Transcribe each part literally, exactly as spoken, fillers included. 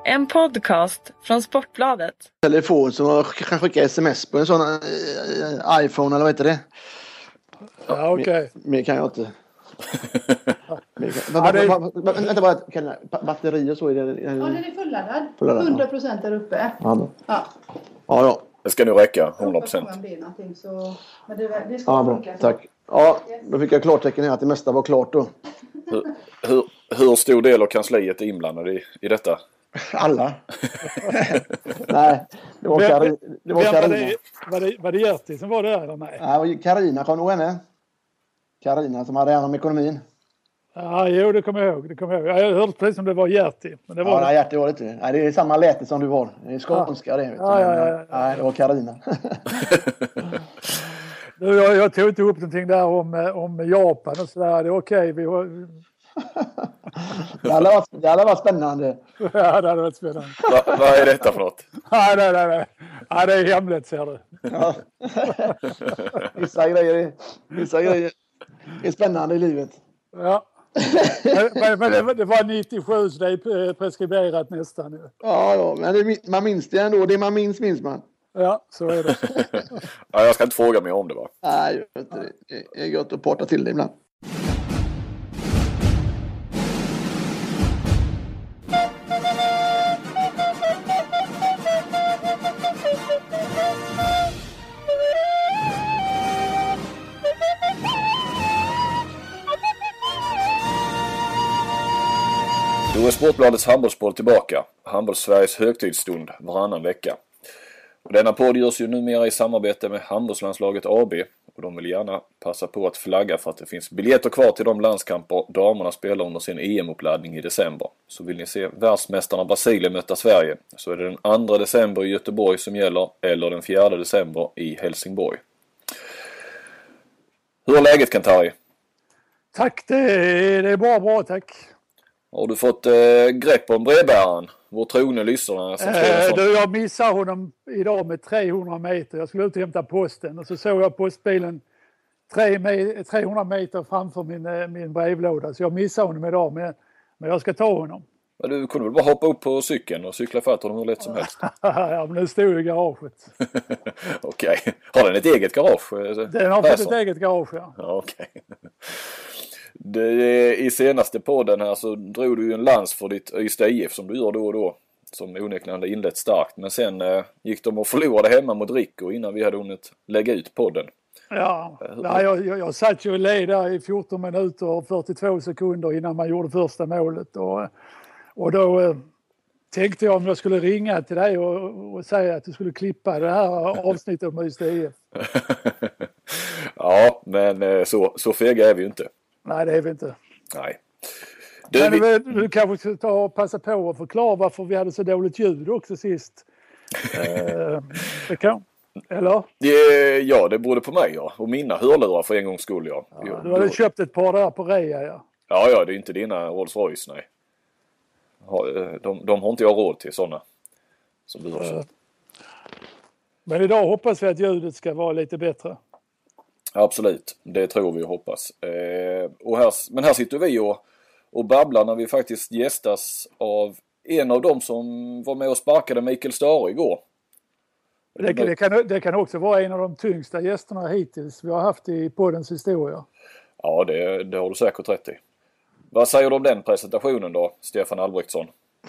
En podcast från Sportbladet. Telefon som man kan skicka sms på en sån äh, iPhone eller vad heter det? Ja, ja okej. Okay. Mer, mer kan jag inte. Vänta bara, batteri och så är det. Ja, den är fulladdad. hundra procent där uppe. Ja, ja. Ja, ja. Det ska nu räcka, hundra procent. Så, men det, det ska ja, bra. Tack. Ja, då fick jag klartecken här att det mesta var klart då. Hur, hur, hur stor del av kansliet är inblandad i, i detta? Alla. Nej, det var Karina. Det var Karina. Var det, var det Gerti som var där eller nej? Nej, Karina, kom nog henne. Karina som hade hand om ekonomin. Ja, jo, det kommer jag ihåg. Det kommer jag ihåg. Jag hörde precis som det var Gerti. Men det var ja, det. Nej, Gerti var det inte. Nej, det är samma läte som du var. Det är skånska ja. det. Vet ja, ja, ja, ja. Nej, det var Karina. du, jag, jag tog inte upp någonting där om, om Japan och sådär. Det är okej. Vi har... det hade varit, det hade varit spännande. Ja, det hade varit spännande. Va, vad är detta för något? Nej, nej, nej, nej. Ja, det är hemligt, ser du. Ja. Vissa grejer, vissa grejer är spännande i livet. Ja. men men det, det var nittiosju så det är preskriberat nästan. Ja, ja men det, man minns det ändå. Det man minns, minns man. Ja, så är det. Ja, jag ska inte fråga mig om det va? Nej, det är gott att porta till det ibland. Då är Sportbladets handbollspodd tillbaka. Handbolls-Sveriges högtidsstund varannan vecka. Och denna podd görs ju numera i samarbete med handbollslandslaget A B. Och de vill gärna passa på att flagga för att det finns biljetter kvar till de landskamper damerna spelar under sin E M-uppladdning i december. Så vill ni se världsmästarna Brasilien möta Sverige så är det den andra december i Göteborg som gäller eller den fjärde december i Helsingborg. Hur är läget Kantari? Tack, det är, det är bra, bra tack. Har du fått eh, grepp om brevbäraren? Vår trogne lyssnare. Eh, du, jag missade honom idag med trehundra meter. Jag skulle ut och hämta posten. Och så såg jag postbilen trehundra meter framför min, min brevlåda. Så jag missade honom idag. Men, men jag ska ta honom. Men du kunde väl bara hoppa upp på cykeln och cykla fatt honom hur lätt som helst? Ja, men den stod i garaget. Okej. Okay. Har den ett eget garage? Den har fått ett eget garage, ja. Ja, okej. Okay. Det, i senaste podden här så drog du ju en lans för ditt Ystad I F som du gör då och då. Som onekligen hade inlett starkt. Men sen eh, gick de och förlorade hemma mot Rico innan vi hade hunnit lägga ut podden. Ja, Nej, jag, jag, jag satt ju och led där i fjorton minuter och fyrtiotvå sekunder innan man gjorde första målet. Och, och då eh, tänkte jag om jag skulle ringa till dig och, och säga att du skulle klippa det här avsnittet om Ystad I F. Ja, men eh, så, så fega är vi ju inte. Nej, det är vi inte. Nej. Du, Men vi... du kanske ska ta och passa på att förklara varför vi hade så dåligt ljud också sist. eh, det kan. Eller? Ja, det berodde på mig, ja. Och mina hörlurar för en gångs skull, ja. ja du hade köpt ett par där på rea, ja. Ja, ja, det är inte dina Rolls Royce, nej. De, de har inte jag råd till sådana som du har köpt. Men idag hoppas vi att ljudet ska vara lite bättre. Absolut, det tror vi och hoppas. Eh, och här, men här sitter vi och, och babblar när vi faktiskt gästas av en av dem som var med och sparkade Mikael Stare igår. Det, det, kan, det kan också vara en av de tyngsta gästerna hittills vi har haft i poddens historia. Ja, det, det har du säkert rätt i. Vad säger du om den presentationen då, Stefan Albrektsson?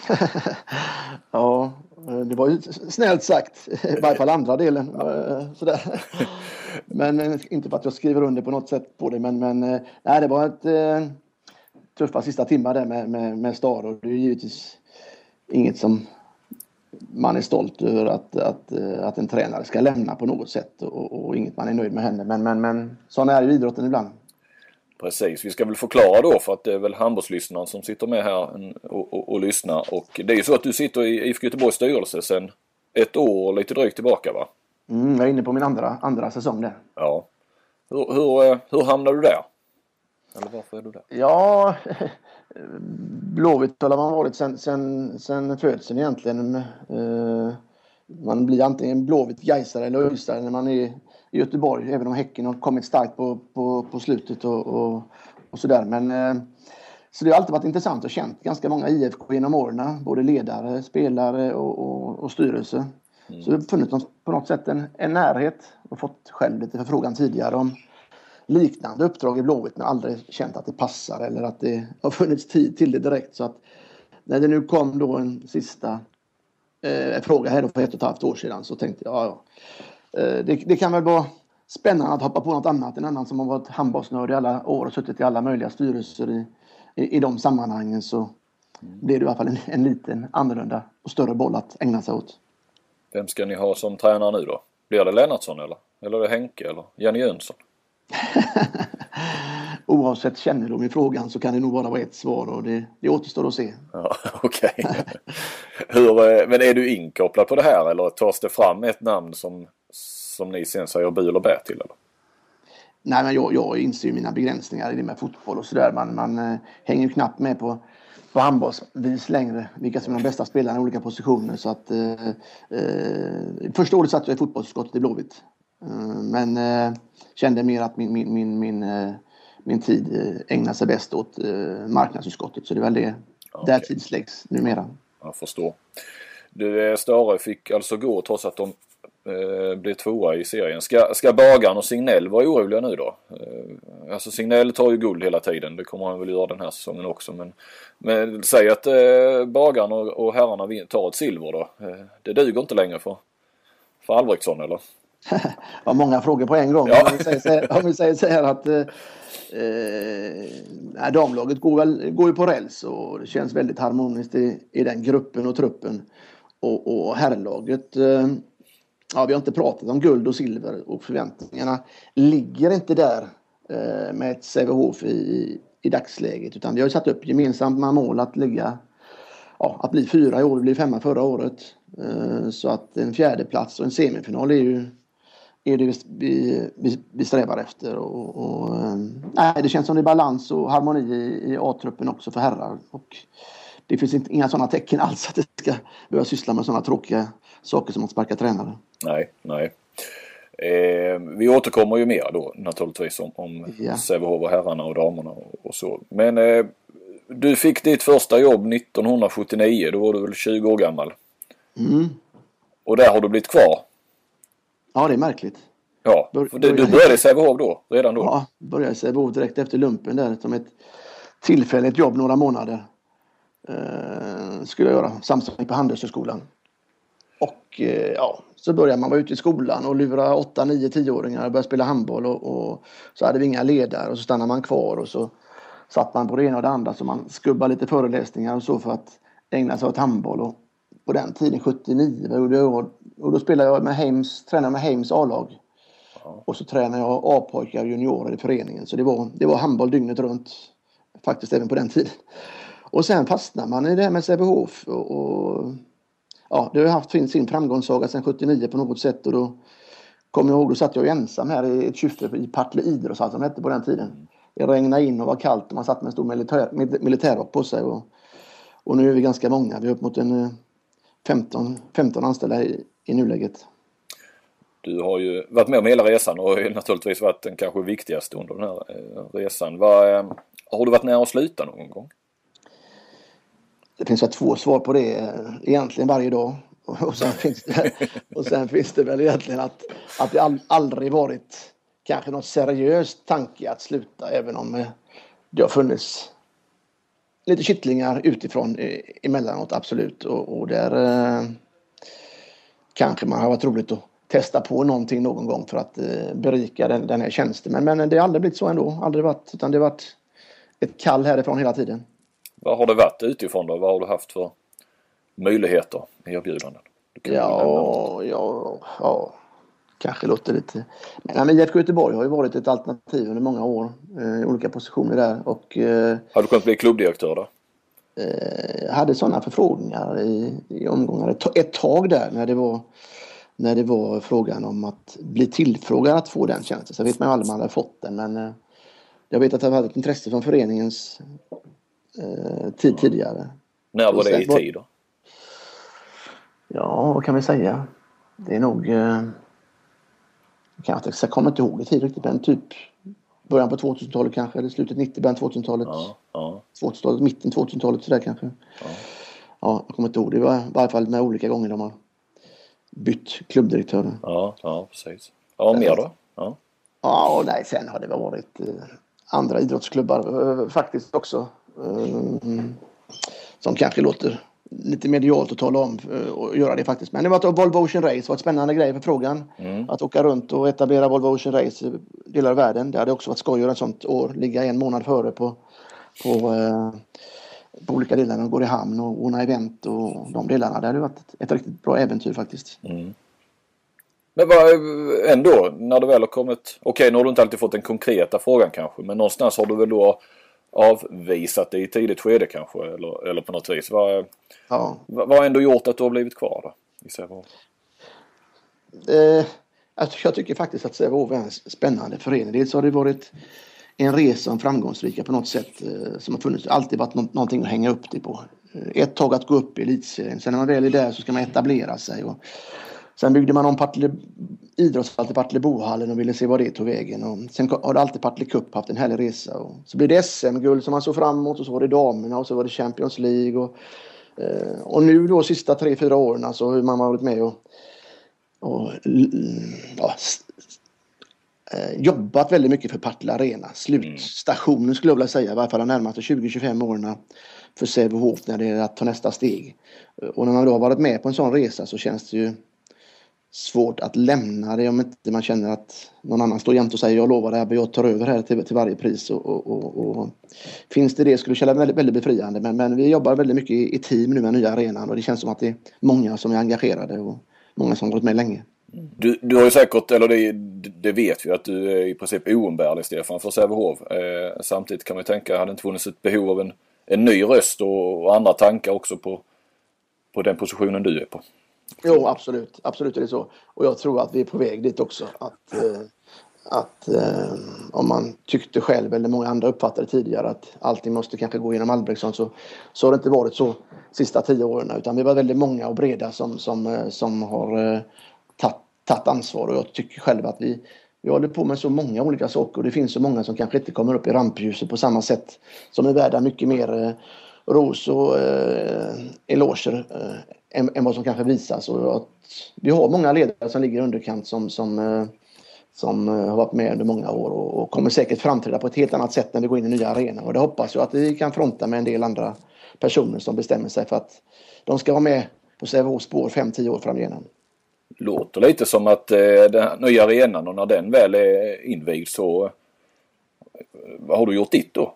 Ja, det var ju snällt sagt. I varje fall andra delen. Sådär. Men inte för att jag skriver under på något sätt på det. Men, men nej, det var ett eh, tuffa sista timmar där med, med, med Star. Och det är givetvis inget som man är stolt över att, att, att en tränare ska lämna på något sätt. Och, och inget man är nöjd med henne. Men, men, men sån är ju idrotten ibland. Precis, vi ska väl förklara då för att det är väl handbollslyssnaren som sitter med här och, och, och lyssnar. Och det är ju så att du sitter i I F K Göteborgs styrelse sedan ett år lite drygt tillbaka, va? Mm, jag är inne på min andra, andra säsong där. Ja. Hur, hur, hur hamnar du där? Eller varför är du där? Ja, Blåvitt har man varit sen, sen, sen födseln egentligen. Man blir antingen Blåvitt, Gaisare eller Östare när man är i Göteborg. Även om Häcken har kommit starkt på, på, på slutet och, och, och sådär. Men så det har alltid varit intressant och känt ganska många I F K genom åren. Både ledare, spelare och, och, och styrelse. Mm. Så det har funnits på något sätt en, en närhet. Och fått själv lite förfrågan tidigare om liknande uppdrag i Blåvitt. Men aldrig känt att det passar eller att det har funnits tid till det direkt. Så att när det nu kom då en sista eh, fråga här då för ett och ett halvt år sedan. Så tänkte jag, ja, ja. Eh, det, det kan väl vara spännande att hoppa på något annat. En annan som har varit handbollsnörd i alla år och suttit i alla möjliga styrelser i, i, i de sammanhangen. Så blir det i alla fall en, en liten annorlunda och större boll att ägna sig åt. Vem ska ni ha som tränare nu då? Blir det Lennartsson eller? Eller är det Henke eller Jenny Jönsson? Oavsett kännedom i frågan så kan det nog bara vara ett svar och det, det återstår att se. Ja, okej. Okay. Men är du inkopplad på det här eller tas det fram ett namn som, som ni sen säger bu eller bä till? Eller? Nej, men jag, jag inser ju mina begränsningar i det med fotboll och sådär. Man, man äh, hänger ju knappt med på på handbollsvis längre vilka som är de bästa spelarna i olika positioner. Så att eh, eh, första året satt jag i fotbollsutskottet i Blåvitt. Eh, men eh, kände mer att min, min, min, min, eh, min tid eh, ägnar sig bäst åt eh, marknadsutskottet. Så det är väl det okay. Där tidsläggs numera. Jag förstår. Du, Stare fick alltså gå trots att de eh, blev tvåa i serien. Ska, ska Bagan och Signell vara oroliga nu då? Eh, alltså Signell tar ju guld hela tiden. Det kommer han väl göra den här säsongen också. Men, men säg att eh, Bagan och, och herrarna tar ett silver då. Eh, det duger inte längre för, för Albrektsson eller? Ja, många frågor på en gång. Ja. Om, vi säger så här, om vi säger så här att eh, eh, damlaget går, väl, går ju på räls och det känns väldigt harmoniskt i, i den gruppen och truppen. Och, och herrlaget, eh, ja, vi har inte pratat om guld och silver och förväntningarna ligger inte där eh, med ett C V H F i, i dagsläget. Utan vi har ju satt upp gemensamt med mål att ligga, ja, att bli fyra i år, vi blev femma förra året. Eh, så att en fjärde plats och en semifinal är ju är det vi, vi, vi strävar efter. Och, och, nej, det känns som det är balans och harmoni i, i A-truppen också för herrar. Och det finns inte, inga sådana tecken alls att det ska behöva syssla med sådana tråkiga saker som att sparka tränare. Nej, nej. Eh, vi återkommer ju mer då naturligtvis om, om ja. Sävehof och herrarna och damerna och, och så. Men eh, du fick ditt första jobb nittonhundrasjuttionio, då var du väl tjugo år gammal. Mm. Och där har du blivit kvar. Ja, det är märkligt. Ja, för du, du började i Sävehof då, redan då? Ja, började i Sävehof direkt efter lumpen där som ett tillfälligt jobb några månader. Eh, skulle jag göra, samtidigt på Handelshögskolan. Och eh, ja, så började man vara ute i skolan och lura åtta, nio, tioåringar och börja spela handboll och, och så hade vi inga ledare och så stannade man kvar och så satt man på det ena och det andra så man skubbade lite föreläsningar och så för att ägna sig åt handboll. Och på den tiden, sjuttionio, vad gjorde jag? Och då spelade jag med Heims, tränade med Heims A-lag. Ja. Och så tränade jag A-pojkar och juniorer i föreningen. Så det var, det var handboll dygnet runt. Faktiskt även på den tiden. Och sen fastnade man i det här med Sävehof. Och, och ja, det har haft sin framgångssaga sedan sjuttionio på något sätt. Och då kom jag ihåg, då satt jag ensam här i ett kyffe i Partille idrottshall som hette på den tiden. Det regnade in och var kallt och man satt med en stor militär, militärrock på sig. Och, och nu är vi ganska många. Vi är upp mot en femton, femton anställda i, i nuläget. Du har ju varit med om hela resan och naturligtvis varit den kanske viktigaste under den här resan. Var, har du varit nära att sluta någon gång? Det finns väl två svar på det egentligen varje dag. Och sen finns det, och sen finns det väl egentligen att, att det all, aldrig varit kanske något seriöst tanke att sluta. Även om det har funnits lite kittlingar utifrån emellanåt, absolut. Och, och där eh, kanske man har varit roligt att testa på någonting någon gång för att eh, berika den, den här tjänsten. Men, men det har aldrig blivit så ändå. Aldrig varit, utan det har varit ett kall härifrån hela tiden. Vad har det varit utifrån då? Vad har du haft för möjligheter, erbjudanden? Ja, ja, ja, kanske låter lite. Men, men I F K Göteborg har ju varit ett alternativ under många år eh, i olika positioner där. Och, eh, har du kunnat bli klubbdirektör då? Jag eh, hade sådana förfrågningar i, i omgångar ett, ett tag där när det var när det var frågan om att bli tillfrågad att få den tjänsten. Så vet man ju aldrig om man hade fått den, men eh, jag vet att det var ett intresse från föreningens eh, tid tidigare. När var det i tid då? Ja, vad kan vi säga? Det är nog eh, jag, kan inte, jag kommer inte ihåg det tid riktigt, men typ början på tvåtusentalet kanske, eller slutet nittio, början tvåtusentalet. Ja, ja. tvåtusentalet, mitten tvåtusentalet sådär kanske. Ja. Ja, jag kommer inte ihåg. Det var i varje fall med olika gånger de har bytt klubbdirektörer. Ja, ja, precis. Ja, mer då? Ja. Ja, och nej, sen har det varit eh, andra idrottsklubbar eh, faktiskt också. Eh, som kanske låter lite medialt att tala om eh, och göra det faktiskt. Men det var att Volvo Ocean Race var ett spännande grej för frågan. Mm. Att åka runt och etablera Volvo Ocean Race i delar av världen. Det hade också varit skoj att göra ett sånt år. Ligga en månad före på, på, eh, på olika delar. De går i hamn och ordna event och de delarna. Det hade varit ett, ett riktigt bra äventyr faktiskt. Mm. Men vad ändå, när du väl har kommit... Okej, okay, nu har du inte alltid fått den konkreta frågan kanske. Men någonstans har du väl då avvisat det i tidigt skede kanske. Eller, eller på något vis. Vad, ja. vad har ändå gjort att du har blivit kvar då? I Sävehof? Eh, jag tycker faktiskt att Sävehof är en spännande förening. Dels har det varit en resa, en framgångsrika på något sätt. Eh, som har funnits. Alltid varit nå- någonting att hänga upp det på. Ett tag att gå upp i elitserien. Sen när man väl är där så ska man etablera sig. Och sen byggde man om Partille, idrottshallen till Partillebohallen och ville se vad det tog vägen. Och sen har det alltid Partille Cup haft en härlig resa. Och så blev det S M-guld som man såg fram emot och så var det damerna och så var det Champions League. Och, eh, och nu då sista tre, fyra åren alltså hur man har varit med och, och ja, eh, jobbat väldigt mycket för Partille Arena. Slutstationen skulle jag vilja säga i varje fall de närmaste tjugo till tjugofem åren för Sävehof när det är att ta nästa steg. Och när man då har varit med på en sån resa så känns det ju svårt att lämna det om inte man känner att någon annan står jämt och säger jag lovar det här, jag tar över här till, till varje pris och, och, och, och finns det det skulle kännas väldigt, väldigt befriande men, men vi jobbar väldigt mycket i, i team nu med nya arenan och det känns som att det är många som är engagerade och många som har gått med länge. Du, du har ju säkert, eller det, det vet vi att du är i princip oumbärlig Stefan för Sävehof. Eh, samtidigt kan man ju tänka, hade inte funnits ett behov av en, en ny röst och, och andra tankar också på, på den positionen du är på? Jo, absolut. Absolut är det så. Och jag tror att vi är på väg dit också. Att, eh, att eh, om man tyckte själv eller många andra uppfattade tidigare att allting måste kanske gå genom Albrektsson så, så har det inte varit så sista tio åren. Utan vi var väldigt många och breda som, som, som har eh, tagit ansvar. Och jag tycker själv att vi, vi håller på med så många olika saker. Och det finns så många som kanske inte kommer upp i rampljuset på samma sätt. Som är värda mycket mer eh, ros och eh, eloger eh, än, än vad som kanske visas. Och att vi har många ledare som ligger i underkant som, som, eh, som eh, har varit med under många år och, och kommer säkert framträda på ett helt annat sätt när vi går in i nya arenor. Och det hoppas jag att vi kan fronta med en del andra personer som bestämmer sig för att de ska vara med på Sävehofs spår fem till tio år framgenom. Låter lite som att eh, den nya arenan och när den väl är invigd så vad har du gjort ditt då?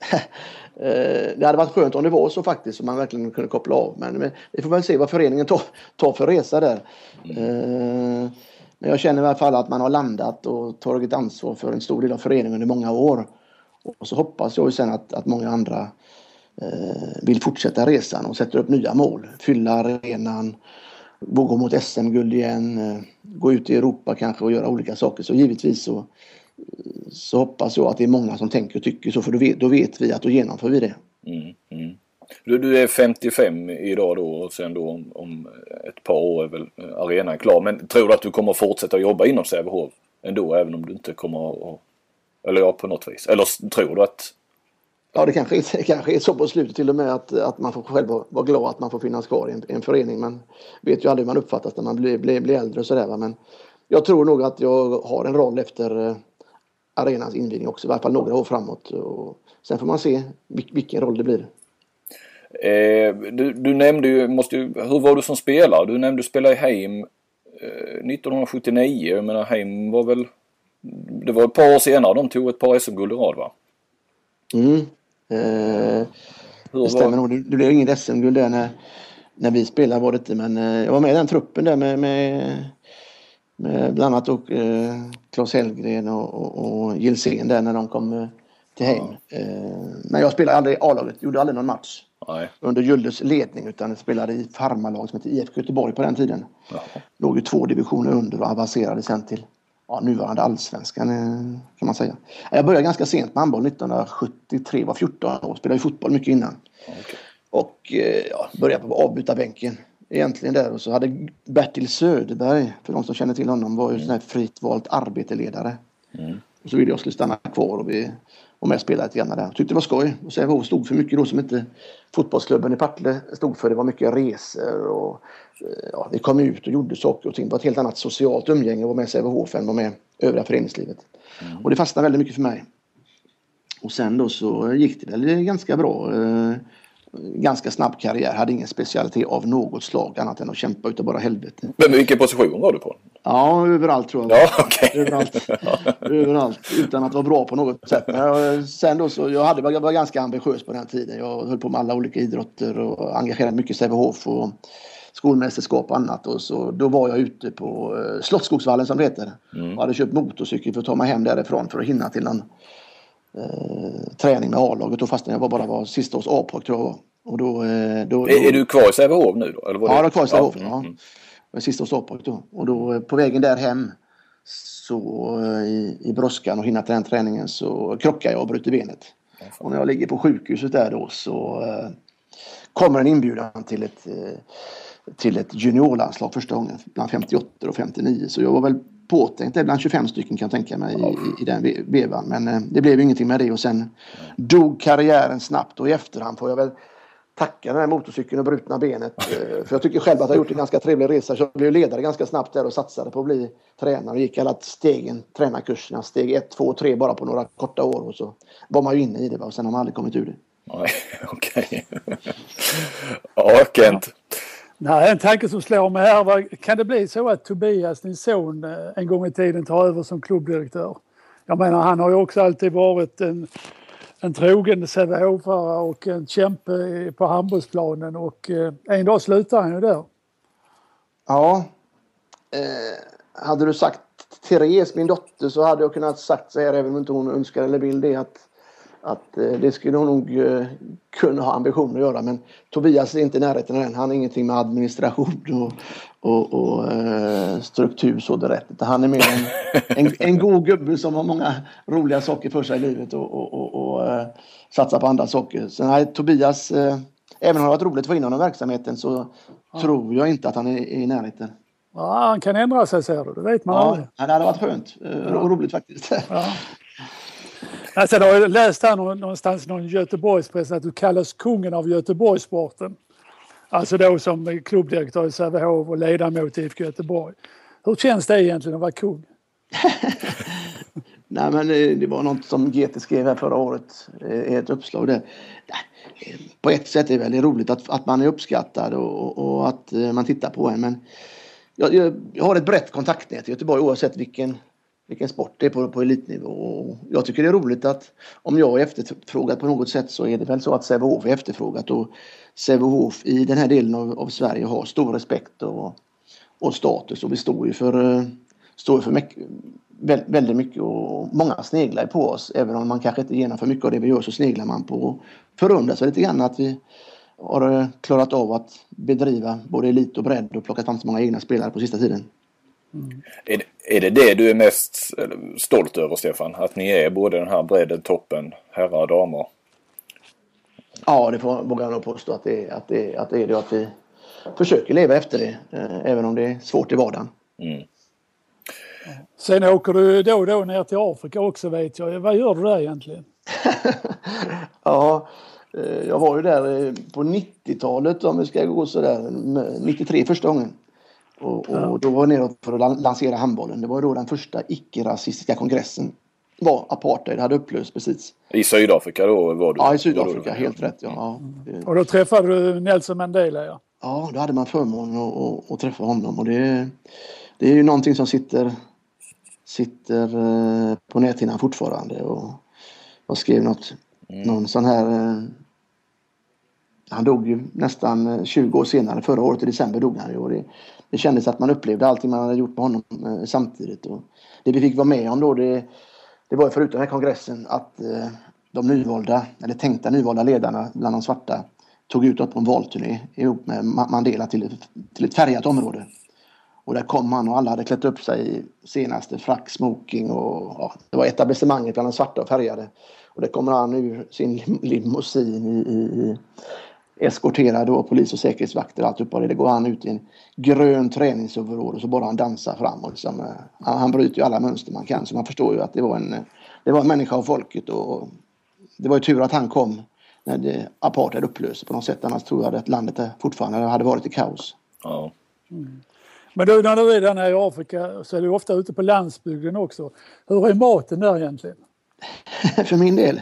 Det hade varit skönt om det var så faktiskt så man verkligen kunde koppla av. Men vi får väl se vad föreningen tar, tar för resa där. Mm. Men jag känner i alla fall att man har landat och tagit ansvar för en stor del av föreningen under många år. Och så hoppas jag ju sen att, att många andra eh, vill fortsätta resan och sätta upp nya mål. Fylla arenan, gå mot S M-guld igen, gå ut i Europa kanske och göra olika saker. Så givetvis så så hoppas jag att det är många som tänker och tycker så för då vet, då vet vi att då genomför vi det. Mm, mm. Du, du är femtiofem idag då och sen då om, om ett par år är väl arenan klar. Men tror du att du kommer att fortsätta jobba inom Sävehof ändå även om du inte kommer att, eller ja på något vis? Eller tror du att... Ja det kanske är, kanske är så på slutet till och med att, att man får själv vara glad att man får finnas kvar i en, en förening. Man vet ju aldrig hur man uppfattas när man blir, blir, blir äldre och sådär va? Men jag tror nog att jag har en roll efter arenans invigning också, i alla fall några år framåt. Och sen får man se vilken roll det blir. Eh, du, du nämnde ju, måste ju, hur var du som spelare? Du nämnde att du spelade i Heim eh, nittonhundrasjuttionio. Jag menar Heim var väl, det var ett par år senare de tog ett par S M-guld i rad va? Mm. Eh, det stämmer nog. Det, det blev ingen S M-guld där när, när vi spelade var det inte. Men eh, jag var med i den truppen där med... med Med bland annat och, eh, Claes Hellgren och, och, och Gilsén där när de kom eh, till Heim. Ja. Eh, men jag spelade aldrig i A-laget, gjorde aldrig någon match. Nej. Under Gyldes ledning utan spelade i farmarlag som heter I F K Göteborg på den tiden. Ja. Låg ju två divisioner under och avancerade sen till ja, nuvarande allsvenskan eh, kan man säga. Jag började ganska sent med handboll nittonhundrasjuttiotre, var fjorton år och spelade ju fotboll mycket innan. Okay. Och eh, ja, började på avbytarbänken. Egentligen där och så hade Bertil Söderberg, för de som känner till honom, var ju sån här fritt valt arbeteledare. Mm. Och så ville jag skulle stanna kvar och vi var med och spela lite grann där. Jag tyckte det var skoj. Och Sävehof stod för mycket då som inte fotbollsklubben i Partille stod för. Det var mycket resor och ja, vi kom ut och gjorde saker och ting. Det var ett helt annat socialt umgänge att vara med i Sävehof än att vara med övriga föreningslivet. Mm. Och det fastnade väldigt mycket för mig. Och sen då så gick det väl ganska bra. Ganska snabb karriär. Hade ingen specialitet av något slag annat än att kämpa utav bara helvete. Men vilken position var du på? Ja, överallt tror jag. Ja, okej. Okay. Överallt. Överallt. Utan att vara bra på något sätt. Men jag, sen då så, jag, hade, jag var ganska ambitiös på den här tiden. Jag höll på med alla olika idrotter och engagerade mycket i Sävehof och skolmästerskap och annat. Och så, då var jag ute på uh, Slottsskogsvallen som det heter. Mm. Och hade köpt motorcykel för att ta mig hem därifrån för att hinna till en uh, träning med A-laget. Och fastän jag var bara var sista års A-pojk tror jag var. Och då, uh, då, då, är, är du kvar i Sävehof nu då? Eller var ja, det? jag är kvar i Sävehof. Ja. Ja. Mm. Jag var sista års A-pojk då. Och då på vägen där hem så uh, i, i brådskan och hinna till den träningen så krockade jag och bröt benet. Ja, och när jag ligger på sjukhuset där då så uh, kommer en inbjudan till ett uh, till ett juniorlandslag första gången bland femtioåtta och femtionio. Så jag var väl påtänkt bland tjugofem stycken kan jag tänka mig i, i, i den vevan. Men eh, det blev ingenting med det och sen mm. dog karriären snabbt och i efterhand får jag väl tacka den här motorcykeln och brutna benet. eh, för jag tycker själv att jag har gjort en ganska trevlig resa. Så jag blev ledare ganska snabbt där och satsade på att bli tränare. Och gick alla stegen, tränarkurserna, steg ett, två, tre bara på några korta år och så var man ju inne i det och sen har man aldrig kommit ur det. Nej, okej. Ja, Kent. Nej, en tanke som slår mig här var, kan det bli så att Tobias, din son, en gång i tiden tar över som klubbdirektör? Jag menar, han har ju också alltid varit en, en trogen Sävehofare och en kämpe på handbollsplanen och en dag slutar han ju där. Ja, eh, hade du sagt Therese, min dotter, så hade jag kunnat sagt så här, även om inte hon önskar eller vill det, att att eh, det skulle hon nog eh, kunna ha ambition att göra, men Tobias är inte i närheten av den. Han har ingenting med administration och, och, och eh, struktur så det rätt. Han är mer en, en, en god gubbe som har många roliga saker för sig i livet och, och, och, och eh, satsar på andra saker. Så nej, Tobias, eh, även om det har varit roligt att få in honom i verksamheten så ja. tror jag inte att han är, är i närheten. Ja, han kan ändra sig, ser du. Det vet man ja, aldrig. Ja, det hade varit skönt eh, och roligt faktiskt. Ja. Alltså, jag har läst här någonstans någon Göteborgspress att du kallas kungen av Göteborgssporten. Alltså då som klubbdirektör i Sävehof och ledamot i I F K Göteborg. Hur känns det egentligen att vara kung? Nej, men det var något som G T skrev här förra året i ett uppslag där. På ett sätt är det väldigt roligt att, att man är uppskattad och, och att man tittar på en. Men jag, jag, jag har ett brett kontaktnät i Göteborg oavsett vilken vilken sport det är på, på elitnivå. Och jag tycker det är roligt att om jag är efterfrågad på något sätt så är det väl så att Sävehof är efterfrågat. Och Sävehof i den här delen av, av Sverige har stor respekt och, och status. Och vi står ju för, står för mycket, väldigt mycket och många sneglar på oss. Även om man kanske inte genomför mycket av det vi gör så sneglar man på och förundras lite grann att vi har klarat av att bedriva både elit och bredd och plockat fram så många egna spelare på sista tiden. Mm. Är, är det det du är mest stolt över, Stefan? Att ni är både den här bredden, toppen, herrar och damer? Ja, det får, vågar jag nog påstå att det, är, att, det, att det är det. Att vi försöker leva efter det, eh, även om det är svårt i vardagen. Mm. Sen åker du då och då ner till Afrika också, vet jag. Vad gör du där egentligen? Ja, eh, jag var ju där på nittiotalet, om vi ska gå så där, nittiotre första gången. Och, och då var jag nere för att lansera handbollen. Det var då den första icke-rasistiska kongressen var apartheid, hade upplöst precis. I Sydafrika då var du? Ja, i Sydafrika, helt rätt. Ja. Mm. Och då träffade du Nelson Mandela, ja? Ja, då hade man förmånen att, att, att träffa honom. Och det, det är ju någonting som sitter, sitter på näthinnan fortfarande. Och jag skrev något, mm. någon sån här... Han dog ju nästan tjugo år senare, förra året i december dog han ju. Och det, det kändes att man upplevde allting man hade gjort på honom eh, samtidigt. Och det vi fick vara med om då, det, det var förutom den här kongressen att eh, de nyvalda, eller tänkta nyvalda ledarna bland de svarta tog ut på en valturné ihop med Mandela till, till ett färgat område. Och där kom han och alla hade klätt upp sig i senaste frack, smoking och ja, det var etablissemanget bland de svarta och färgade. Och det kommer han ur sin limousin i, i, i eskorterad av polis och säkerhetsvakter allt upp och det. Det går han ut i en grön träningsoverall och så bara han dansar fram och liksom, han, han bryter ju alla mönster man kan, så man förstår ju att det var en det var människa och folket, och det var ju tur att han kom när det apartheid upplöste på något sätt. Annars tror jag att landet fortfarande hade varit i kaos. Ja. Mm. Men du, när du är där nere i Afrika så är du ofta ute på landsbygden också. Hur är maten där egentligen? För min del?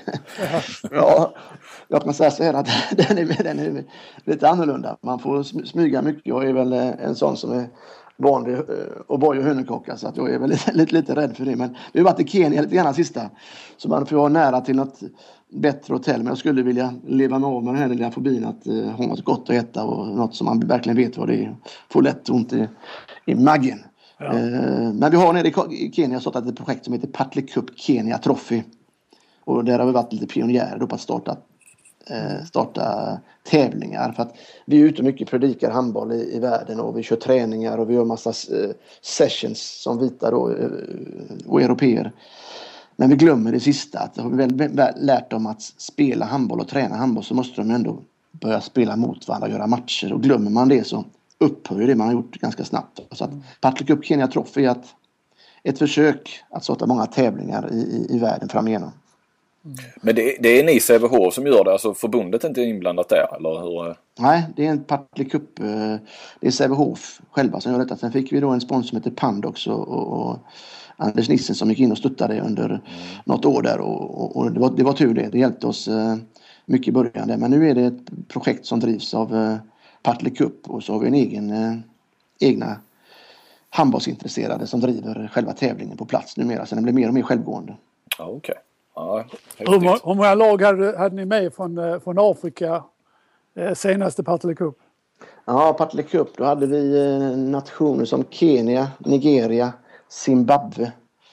Ja, jag kan säga så här att den är, den är lite annorlunda. Man får smyga mycket. Jag är väl en sån som är van vid O'boy och hönökocka, så att jag är väl lite, lite, lite rädd för det. Men vi har varit i Kenya lite grann sista, så man får vara nära till något bättre hotell. Men jag skulle vilja leva med av med den här lilla fobin att uh, ha något gott att äta och något som man verkligen vet vad det är. Får lätt ont i, i magen. Ja. Uh, men vi har nere i Kenya startat ett projekt som heter Patley Cup Kenya Trophy. Och där har vi varit lite pionjärer då på att starta, uh, starta tävlingar. För att vi är ute mycket, predikar handboll i, i världen, och vi kör träningar och vi gör massa uh, sessions som vita då, uh, och europeer. Men vi glömmer det sista, att har vi väl, väl lärt dem att spela handboll och träna handboll, så måste de ändå börja spela mot varandra och göra matcher. Och glömmer man det så upphör det man har gjort ganska snabbt. Så att Patley Cup Kenya Trophy är ett, ett försök att starta många tävlingar i, i, i världen framigenom. Mm. Men det, det är ni Sävehof som gör det, alltså förbundet är inte inblandat där, eller hur? Nej, det är en Patley Cup, det är Sävehof själva som gör detta. Sen fick vi då en sponsor som heter Pandox och, och, och Anders Nissen som gick in och stöttade under mm. något år där, och, och, och det, var, det var tur det. Det hjälpte oss uh, mycket i början där. Men nu är det ett projekt som drivs av uh, Patley Cup, och så har vi en egen uh, egna handbollsintresserade som driver själva tävlingen på plats numera. Så den blir mer och mer självgående. Ja, okej. Okay. Ja, hur, hur många lag hade, hade ni med från, uh, från Afrika uh, senaste Patley Cup? Ja, Patley Cup, då hade vi uh, nationer som Kenya, Nigeria, Zimbabwe,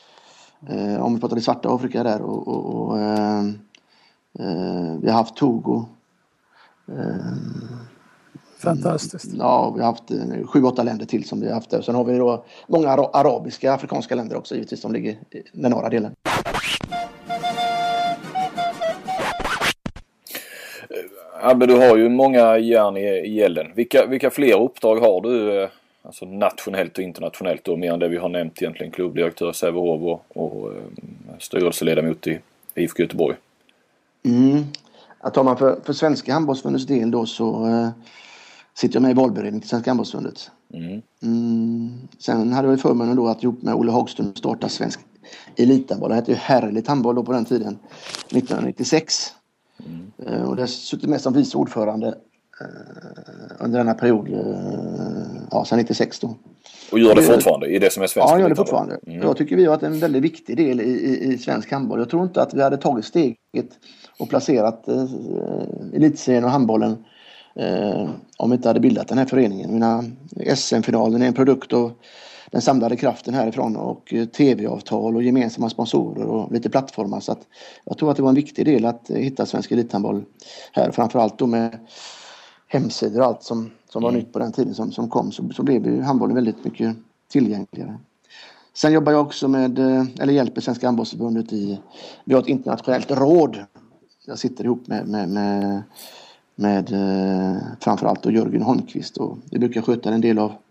eh, om vi pratar i svarta Afrika där, och, och, och eh, eh, vi har haft Togo. Eh, Fantastiskt. Ja, vi har haft eh, sju, åtta länder till som vi har haft där. Sen har vi då många arabiska, afrikanska länder också givetvis som ligger i den norra delen. Ja, men du har ju många järn i, i elden. Vilka, vilka fler uppdrag har du? Alltså nationellt och internationellt då, mer än det vi har nämnt egentligen, klubbdirektör Sävehof och, och uh, styrelseledamot i I F K Göteborg. Mm. Att tar man för, för Svenska handbollsförbundets del då, så uh, sitter jag med i valberedning till Svenska handbollsförbundet. Mm. Mm. Sen hade jag förmånen då att ihop med Olle Hagström starta Svensk elithandboll. Det hette ju herrligt handboll då på den tiden, nittonhundranittiosex. Mm. Uh, och det suttit med som vice ordförande under denna period, ja, sedan nittiosex då. Och gör det fortfarande i det som är svensk? Ja, gör det fortfarande. Mm. Jag tycker vi har varit en väldigt viktig del i, i, i svensk handboll. Jag tror inte att vi hade tagit steget och placerat eh, elitserien och handbollen eh, om vi inte hade bildat den här föreningen. Mina S M-finalen är en produkt av den samlade kraften härifrån, och tv-avtal och gemensamma sponsorer och lite plattformar. Så att jag tror att det var en viktig del att hitta svensk elithandboll här, framförallt då med hemsidor och allt som, som var mm. nytt på den tiden som, som kom, så, så blev ju handbollen väldigt mycket tillgängligare. Sen jobbar jag också med, eller hjälper Svenska handbollsförbundet i, vi har ett internationellt råd. Jag sitter ihop med, med, med, med framförallt då Jörgen Holmqvist, och vi brukar sköta en del av,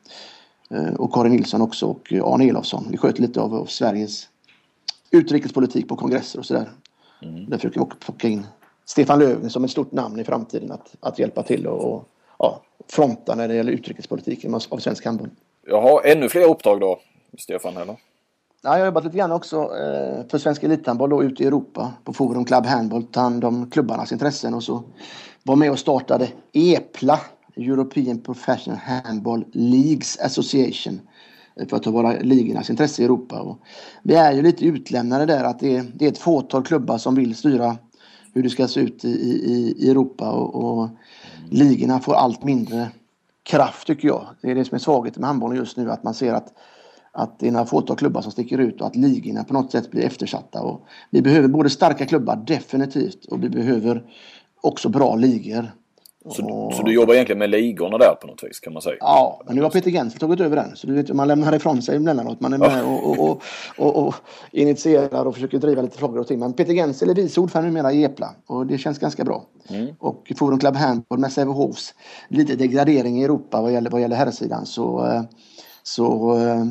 och Karin Nilsson också, och Arne Elofsson. Vi sköter lite av, av Sveriges utrikespolitik på kongresser och sådär. Mm. Där försöker vi också plocka in Stefan Löfven som ett stort namn i framtiden att, att hjälpa till och, och ja, fronta när det gäller utrikespolitiken av svensk handboll. Jag har ännu fler uppdrag då, Stefan, eller? Ja, jag har jobbat lite grann också eh, för svensk elithandboll då, ute i Europa på Forum Club Handboll, ta hand om klubbarnas intressen, och så var med och startade EPLA, European Professional Handball Leagues Association, för att ta våra ligornas intresse i Europa. Och vi är ju lite utlämnade där, att det är, det är ett fåtal klubbar som vill styra hur det ska se ut i, i, i Europa, och, och ligorna får allt mindre kraft, tycker jag. Det är det som är svagheten med handbollen just nu, att man ser att, att det är några fåtal klubbar som sticker ut och att ligorna på något sätt blir eftersatta. Och vi behöver både starka klubbar definitivt, och vi behöver också bra ligor. Så, och, så du jobbar egentligen med ligorna där på något vis, kan man säga? Ja, men nu har Peter Gensel tagit över den. Så du vet, man lämnar ifrån sig emellanåt. Man är med och, och, och, och, och initierar och försöker driva lite frågor och ting. Men Peter Gensel är vice ordförande numera i EPLA, och det känns ganska bra. Mm. Och Forum Club Handball med Sävehofs lite degradering i Europa vad gäller, vad gäller herrsidan, så, så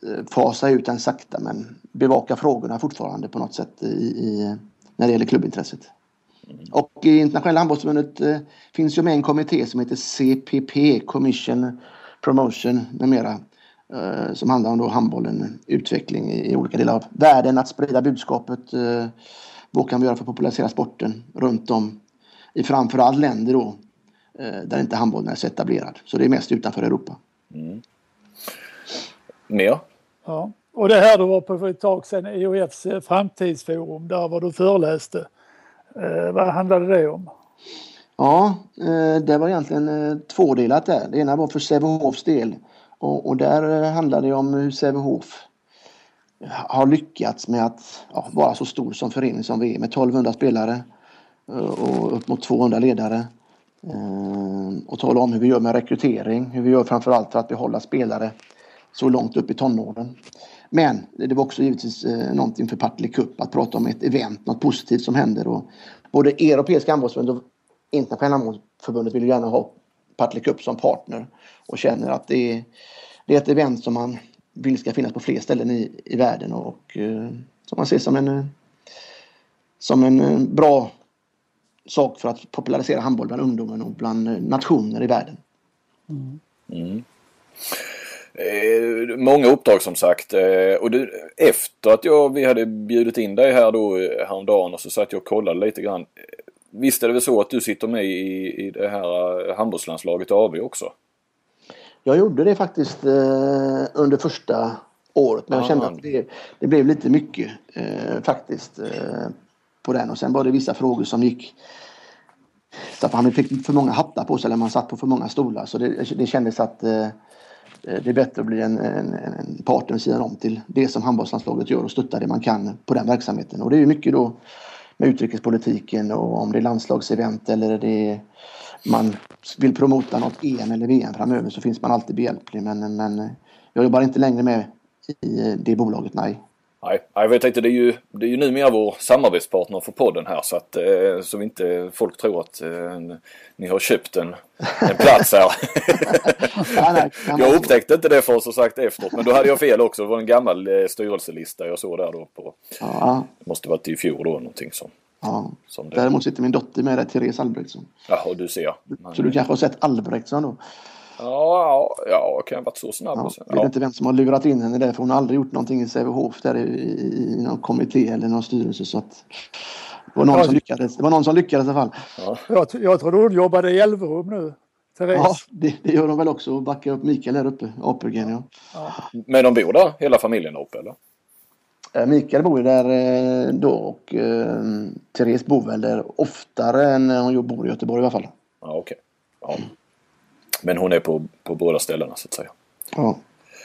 fasa ut den sakta, men bevaka frågorna fortfarande på något sätt i, i, när det gäller klubbintresset. Mm. Och i internationella handbollsförbundet eh, finns ju med en kommitté som heter C P P, Commission Promotion med mera, eh, som handlar om då handbollen, utveckling i, i olika delar av världen, att sprida budskapet. Eh, vad kan vi göra för att popularisera sporten runt om i framförallt länder då, eh, där inte handbollen är så etablerad. Så det är mest utanför Europa. Mm. Mer? Ja, och det här du var på för ett tag sedan, E O F:s framtidsforum, där var du föreläste. Eh, vad handlade det om? Ja, eh, det var egentligen eh, tvådelat där. Det ena var för Sävehofs del. Och, och där eh, handlade det om hur Sävehof har lyckats med att ja, vara så stor som förening som vi är, med tolvhundra spelare eh, och upp mot tvåhundra ledare. Eh, och tala om hur vi gör med rekrytering, hur vi gör framförallt för att behålla spelare så långt upp i tonåren. Men det var också givetvis eh, någonting för Partille Cup att prata om ett event, något positivt som händer. Och både Europeiska handbollsförbundet och Internationella handbollsförbundet vill ju gärna ha Partille Cup som partner och känner att det är, det är ett event som man vill ska finnas på fler ställen i, i världen och, och eh, som man ser som en, som en eh, bra sak för att popularisera handboll bland ungdomen och bland eh, nationer i världen. Mm. Mm. Eh, många uppdrag som sagt, eh, och du, efter att jag, vi hade bjudit in dig här då häromdagen och så satt jag och kollade lite grann. Visst är det väl så att du sitter med i, i det här handbollslandslaget A B också? Jag gjorde det faktiskt eh, under första året, men jag kände att det, det blev lite mycket eh, faktiskt eh, på den, och sen var det vissa frågor som gick så att han fick för många hattar på sig eller man satt på för många stolar, så det, det kändes att eh, det är bättre att bli en, en, en partner sidan om till det som handbollslandslaget gör och stötta det man kan på den verksamheten. Och det är ju mycket då med utrikespolitiken och om det är landslagsevent eller det är, man vill promota något E M eller V M framöver, så finns man alltid behjälplig. Men, men jag jobbar inte längre med i det bolaget, nej. Nej, jag tänkte det är ju, det är ju numera vår samarbetspartner för podden här, så att eh, så inte folk tror att eh, ni har köpt en, en plats här. nej, nej, jag upptäckte inte det för så sagt efteråt, men då hade jag fel också. Det var en gammal eh, styrelselista jag såg där då på. Ja. Det måste varit i fjol då någonting som. Ja. Som det. Däremot sitter min dotter med där, Therese Albrektsson. Ja, och du ser. Så du kanske har sett Albrektsson då? Ja, ja, kan jag ha varit så snabb. Ja, sen. jag vet Ja. inte vem som har lurat in henne där, för hon har aldrig gjort någonting i Sävehof där i, i, i någon kommitté eller någon styrelse, så att det var någon, ja, som, lyckades. Det var någon som lyckades i alla fall. Ja. Jag, jag tror hon jobbade i Elverum nu, Therese. Ja, det, det gör de väl också, backa upp Mikael här uppe, Apelgren, ja. Ja. Men de bor där, hela familjen uppe, eller? Mikael bor ju där eh, då och eh, Therese bor väl där oftare än hon bor i Göteborg i alla fall. Ja, okej. Okay. Ja. Men hon är på, på båda ställena så att säga. Ja.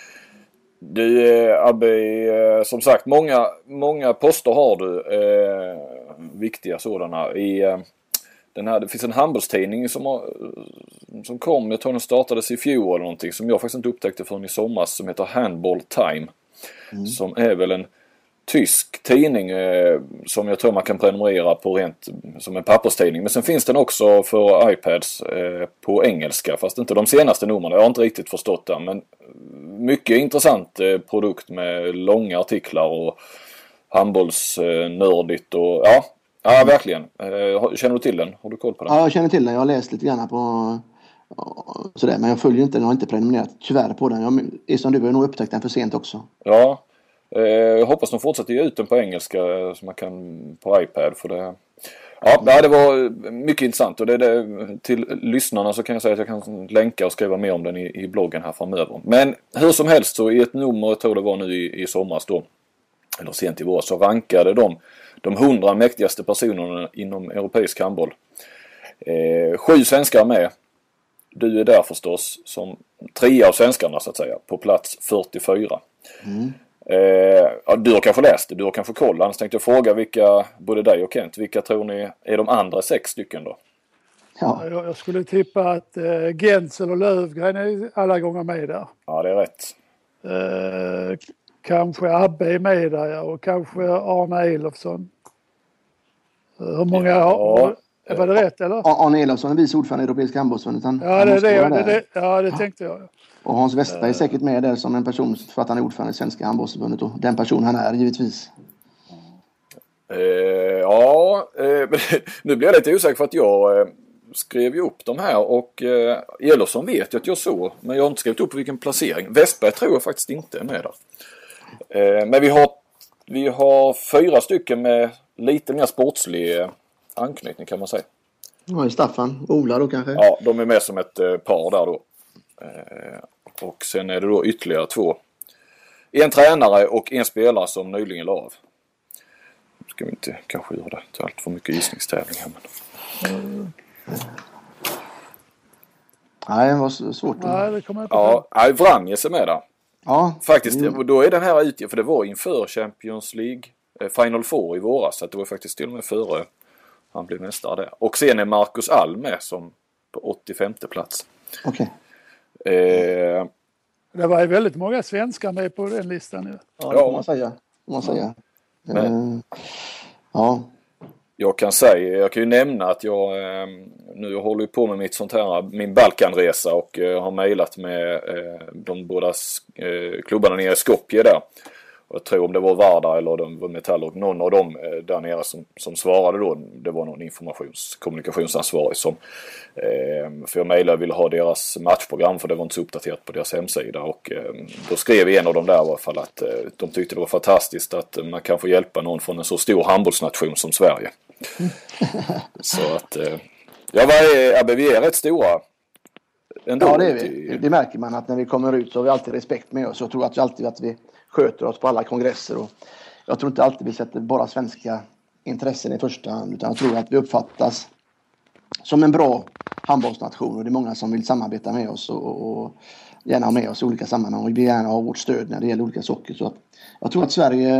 Du eh, Abbe, eh, som sagt, många, många poster har du. Eh, viktiga sådana. I, eh, den här, det finns en handbollstidning som, har, som kom, jag tror den startades i fjol eller någonting, som jag faktiskt inte upptäckte förrän i somras, som heter Handball Time. Mm. Som är väl en tysk tidning eh, som jag tror man kan prenumerera på rent som en papperstidning. Men sen finns den också för iPads eh, på engelska, fast inte de senaste numren. Jag har inte riktigt förstått det, men mycket intressant eh, produkt med långa artiklar och handbollsnördigt eh, och ja, ja verkligen. Eh, känner du till den? Har du koll på den? Ja, jag känner till den. Jag har läst lite grann på sådär, men jag följer inte den, jag har inte prenumererat tyvärr på den. Jag är som du har nog upptäckt den för sent också. Ja. Jag hoppas de fortsätter ge ut den på engelska så man kan på iPad, för det. Ja, det var mycket intressant, och det, det till lyssnarna så kan jag säga att jag kan länka och skriva mer om den i, i bloggen här framöver. Men hur som helst, så i ett nummer, jag tror det var nu i, i somras då, eller sent i vår, så rankade de de hundra mäktigaste personerna inom europeisk handboll. Eh, sju svenskar med. Du är där förstås som tre av svenskarna så att säga, på plats fyrtiofyra. Mm. Eh, ja, du har kanske läst det, du har kanske koll. Annars tänkte jag fråga vilka, både dig och Kent, vilka tror ni är de andra sex stycken då? Ja. Jag, jag skulle tippa att eh, Gensel och Lövgren är alla gånger med där. Ja, det är rätt. Eh, kanske Abbe är med där, ja, och kanske Arne Elofsson. Eh, hur många ja, har... Var det rätt eller? Arne Elofsson är vice ordförande i Europeiska handbollsförbundet. Ja, det, det, det, det, ja, det tänkte jag. Och Hans Westberg är säkert med där som en person för att han är ordförande i Svenska handbollsförbundet. Och den person han är, givetvis. Eh, ja, eh, nu blir jag lite osäker för att jag eh, skrev ju upp de här. Och eh, Elofsson vet jag att jag såg. Men jag har inte skrivit upp vilken placering. Westberg tror jag faktiskt inte är med där. Eh, men vi har, vi har fyra stycken med lite mer sportslig anknytning kan man säga. Ja, Staffan, Ola då kanske? Ja, de är med som ett eh, par där då. Eh, och sen är det då ytterligare två. En tränare och en spelare som nyligen la av. Nu ska vi inte kanske göra det till allt för mycket gissningstävling här. Men... Mm. Nej, det var svårt. Nej, det kommer jag inte ja, nej, Vranjes är med där. Ja. Faktiskt, Mm. och då är den här ute, för det var inför Champions League eh, Final Four i våras. Så att det var faktiskt till och med före han blev mästare där. Och sen är Marcus Alm med som på åttiofemte plats. Okej. Okay. Eh, det var ju väldigt många svenskar med på den listan nu. Ja, det får man säga. Får man säga. Men, uh, ja. Jag kan säga, jag kan ju nämna att jag eh, nu håller på med mitt sånt här, min Balkanresa och eh, har mejlat med eh, de båda eh, klubbarna nere i Skopje där. Och jag tror om det var Vardar eller de var Metall och någon av dem eh, där nere som, som svarade då, det var någon informations kommunikationsansvarig som eh, för jag mejlade ville ha deras matchprogram för det var inte så uppdaterat på deras hemsida och eh, då skrev en av dem där i alla fall att eh, de tyckte det var fantastiskt att man kan få hjälpa någon från en så stor handbollsnation som Sverige. Så att eh, ja, vad är, ja, vi är rätt stora ändå. Ja, det är vi. Det märker man att när vi kommer ut så har vi alltid respekt med oss. Jag tror att vi alltid att vi sköter oss på alla kongresser och jag tror inte alltid vi sätter bara svenska intressen i första hand utan jag tror att vi uppfattas som en bra handbollsnation och det är många som vill samarbeta med oss och, och gärna ha med oss i olika sammanhang och vi vill gärna ha vårt stöd när det gäller olika saker. Så att jag tror att Sverige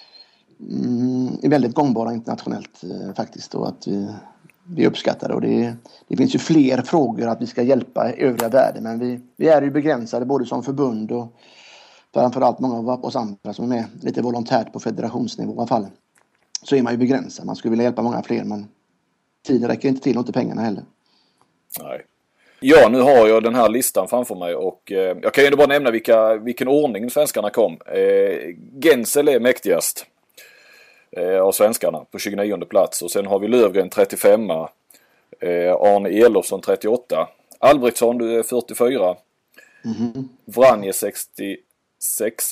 mm, är väldigt gångbara internationellt eh, faktiskt och att vi, vi uppskattar det och det, det finns ju fler frågor att vi ska hjälpa övriga världen men vi, vi är ju begränsade både som förbund och framförallt många av oss andra som är med lite volontärt på federationsnivå i alla fall. Så är man ju begränsad. Man skulle vilja hjälpa många fler men tiden räcker inte till och inte pengarna heller. Nej. Ja, nu har jag den här listan framför mig och eh, jag kan ju bara nämna vilka, vilken ordning svenskarna kom. Eh, Gensel är mäktigast eh, av svenskarna på tjugonionde plats och sen har vi Lövgren trettiofem, eh, Arne Elofsson trettioåtta, Albrektsson du är fyrtiofyra, mm-hmm. Vranje sextiosex,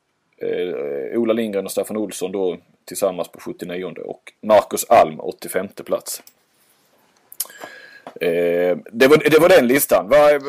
eh, Ola Lindgren och Staffan Olsson då tillsammans på sjuttionionde och Marcus Alm åttiofemte plats. Eh, det, var, det var den listan. Vad är,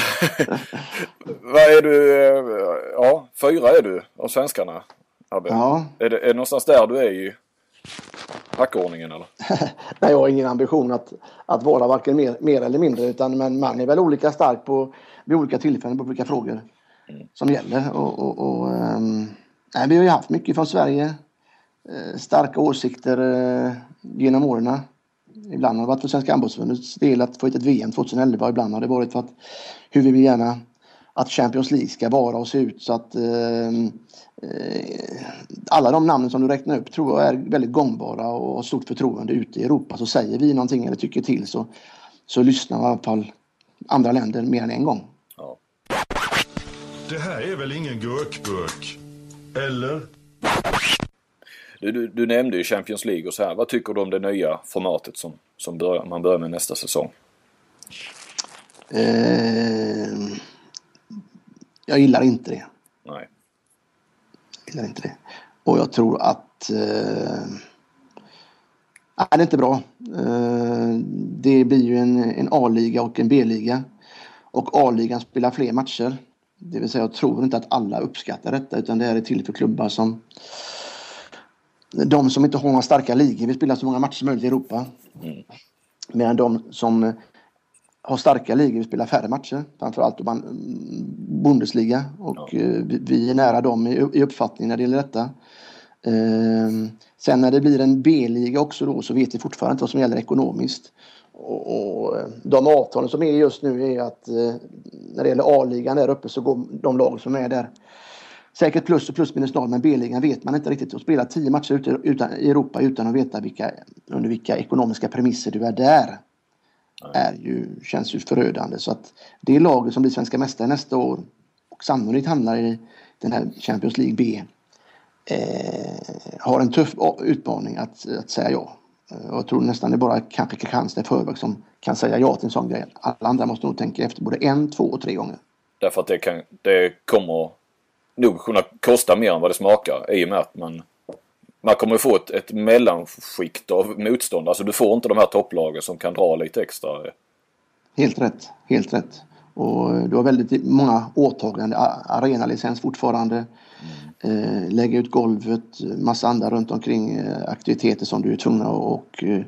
vad är du? Ja, fyra är du av svenskarna, Abbe. Ja. Är det, är det någonstans där du är i packordningen eller? Nej, jag har ingen ambition att, att vara varken mer, mer eller mindre utan men man är väl olika stark på vid olika tillfällen på olika frågor mm. som gäller och, och, och um, nej, vi har ju haft mycket från Sverige uh, starka åsikter uh, genom åren. Ibland har det varit för Svenska handbollsförbundets del att få ett V M tjugoelva. Ibland har det varit för att hur vi vill gärna att Champions League ska vara och se ut så att eh, eh, alla de namnen som du räknar upp tror jag är väldigt gångbara och har stort förtroende ute i Europa. Så säger vi någonting eller tycker till så, så lyssnar i alla fall andra länder mer än en gång. Ja. Det här är väl ingen gurkburk? Eller? Du, du, du nämnde ju Champions League och så här. Vad tycker du om det nya formatet som, som börjar, man börjar med nästa säsong? Eh, jag gillar inte det. Nej. Jag gillar inte det. Och jag tror att eh, nej, det är inte bra. Eh, det blir ju en, en A-liga och en B-liga. Och A-ligan spelar fler matcher. Det vill säga jag tror inte att alla uppskattar detta utan det är till för klubbar som de som inte har några starka ligor vill spela så många matcher som möjligt i Europa. Mm. Medan de som har starka ligor vill spela färre matcher. Framförallt om Bundesliga. Och ja. vi, vi är nära dem i, i uppfattning när det gäller detta. Eh, sen när det blir en B-liga också då så vet vi fortfarande inte vad som gäller ekonomiskt. Och, och de avtalen som är just nu är att eh, när det gäller A-ligan där uppe så går de lag som är där säkert plus och plus minus noll, men B-ligan vet man inte riktigt. Att spela tio matcher utan, utan, i Europa utan att veta vilka, under vilka ekonomiska premisser du är där är ju, känns ju förödande. Så att det laget som blir svenska mästare nästa år och sannolikt hamnar i den här Champions League B eh, har en tuff utmaning att, att säga ja. Jag tror nästan det är bara kanske Kristianstad i förväg som kan säga ja till en sån grej. Alla andra måste nog tänka efter både en, två och tre gånger. Därför att det, kan, det kommer nog kunna kosta mer än vad det smakar i och med att man, man kommer att få ett, ett mellanskikt av motstånd. Alltså du får inte de här topplagen som kan dra lite extra. Helt rätt, helt rätt. Och du har väldigt många åtagande, arenalicens fortfarande. Eh, lägga ut golvet, massa andra runt omkring eh, aktiviteter som du är tvungen att och, eh,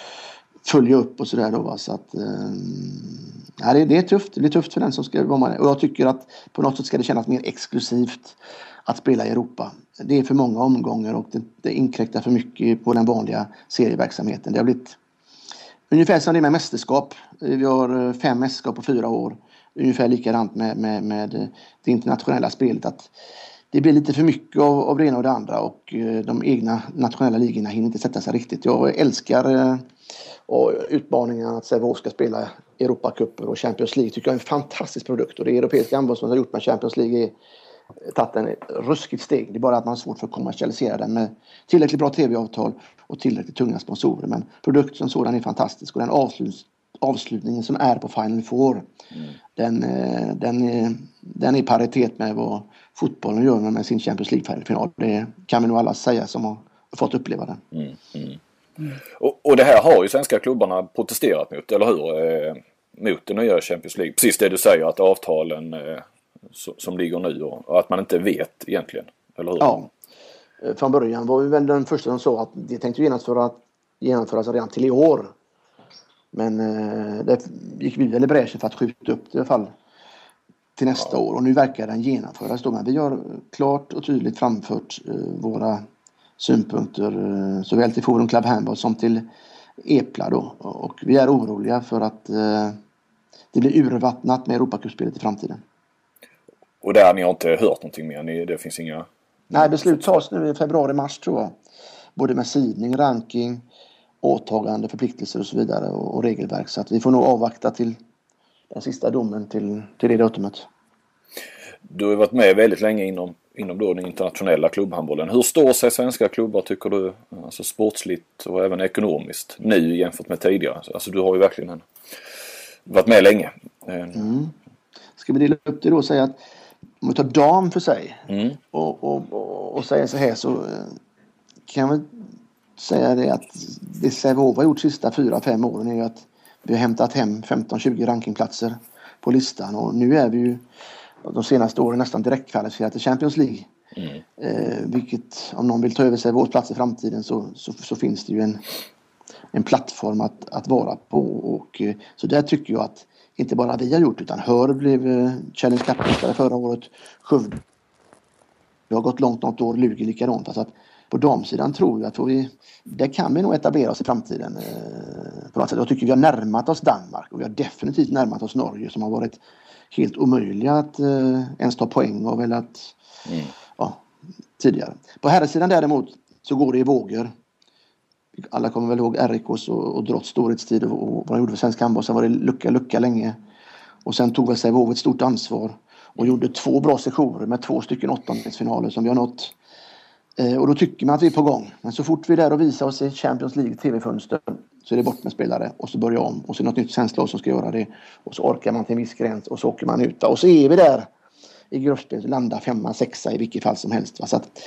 följa upp och sådär då, va? Så att eh, ja, det, det är tufft, det blir tufft för den som ska vara med. Och jag tycker att på något sätt ska det kännas mer exklusivt att spela i Europa. Det är för många omgångar och det, det inkräktar för mycket på den vanliga serieverksamheten. Det har blivit ungefär som det med mästerskap. Vi har fem mästerskap på fyra år. Ungefär likadant med, med, med det internationella spelet, att det blir lite för mycket av, av det ena och det andra och eh, de egna nationella ligorna hinner inte sätta sig riktigt. Jag älskar eh, och utmaningen att Sävehof ska spela Europacuper och Champions League. Tycker jag är en fantastisk produkt, och det europeiska anbud som har gjort med Champions League är tagit en ruskigt steg. Det är bara att man har svårt för att kommersialisera den med tillräckligt bra tv-avtal och tillräckligt tunga sponsorer. Men produkten som sådan är fantastisk, och den avslut, avslutningen som är på Final Four mm. den, den, är, den är i paritet med vad fotbollen gör med sin Champions League-final. Det kan vi nog alla säga som har fått uppleva den. Mm. Mm. Mm. Och, och det här har ju svenska klubbarna protesterat mot, eller hur? Eh, mot den nya Champions League. Precis det du säger, att avtalen eh, som ligger nu och, och att man inte vet egentligen, eller hur? Ja, från början var vi väl den första som sa att det tänkte genomföras, genomföras redan till i år. Men eh, det gick vi väl i bräschen för att skjuta upp det i alla fall till nästa ja. år. Och nu verkar den genomföras då. Men vi har klart och tydligt framfört eh, våra synpunkter eh, såväl till Forum Club Handball som till Epla då. Och vi är oroliga för att eh, det blir urvattnat med Europacupspelet i framtiden. Och där ni har inte hört någonting mer? Ni, det finns inga... Nej, beslut tas nu i februari-mars tror jag. Både med sidning, ranking, åtagande, förpliktelser och så vidare och, och regelverk. Så att vi får nog avvakta till den sista domen till, till det datumet. Du har varit med väldigt länge inom, inom då den internationella klubbhandbollen. Hur står sig svenska klubbar tycker du, alltså sportsligt och även ekonomiskt nu jämfört med tidigare? Alltså du har ju verkligen en, varit med länge. Mm. Ska vi dela upp det då och säga att om vi tar dam för sig mm. och, och, och, och säger så här, så kan vi säga det att det Sävehof har gjort sista fyra, fem åren är ju att vi har hämtat hem femton tjugo rankingplatser på listan, och nu är vi ju de senaste åren nästan direkt kvalificerade till Champions League. Mm. Eh, vilket om någon vill ta över Sävehofs plats i framtiden så, så, så finns det ju en, en plattform att, att vara på, och så där tycker jag att inte bara vi har gjort, utan Hör blev eh, Challenge Cup-mästare förra året, Skövde det har gått långt något år, Lugi likadant. Alltså att på damsidan tror jag att vi, där kan vi nog etablera oss i framtiden eh, på något sätt. Jag tycker vi har närmat oss Danmark, och vi har definitivt närmat oss Norge som har varit helt omöjliga att eh, ens ta poäng av eller att mm. ja, tidigare. På herrsidan däremot så går det i vågor. Alla kommer väl ihåg R I K:s och, och Drotts storhetstid och, och vad de gjorde för svensk handboll. Sen var det lucka, lucka länge. Och sen tog väl Sävehof ett stort ansvar och gjorde två bra sessioner med två stycken åttondelsfinaler som vi har nått. Eh, och då tycker man att vi är på gång. Men så fort vi är där och visar oss i Champions League tv-fönster så är det bort med spelare och så börjar om. Och så är det något nytt svensklag som ska göra det. Och så orkar man till en viss gräns och så åker man ut. Och så är vi där i gruppspel och landar femma, sexa i vilket fall som helst. Va? Så att,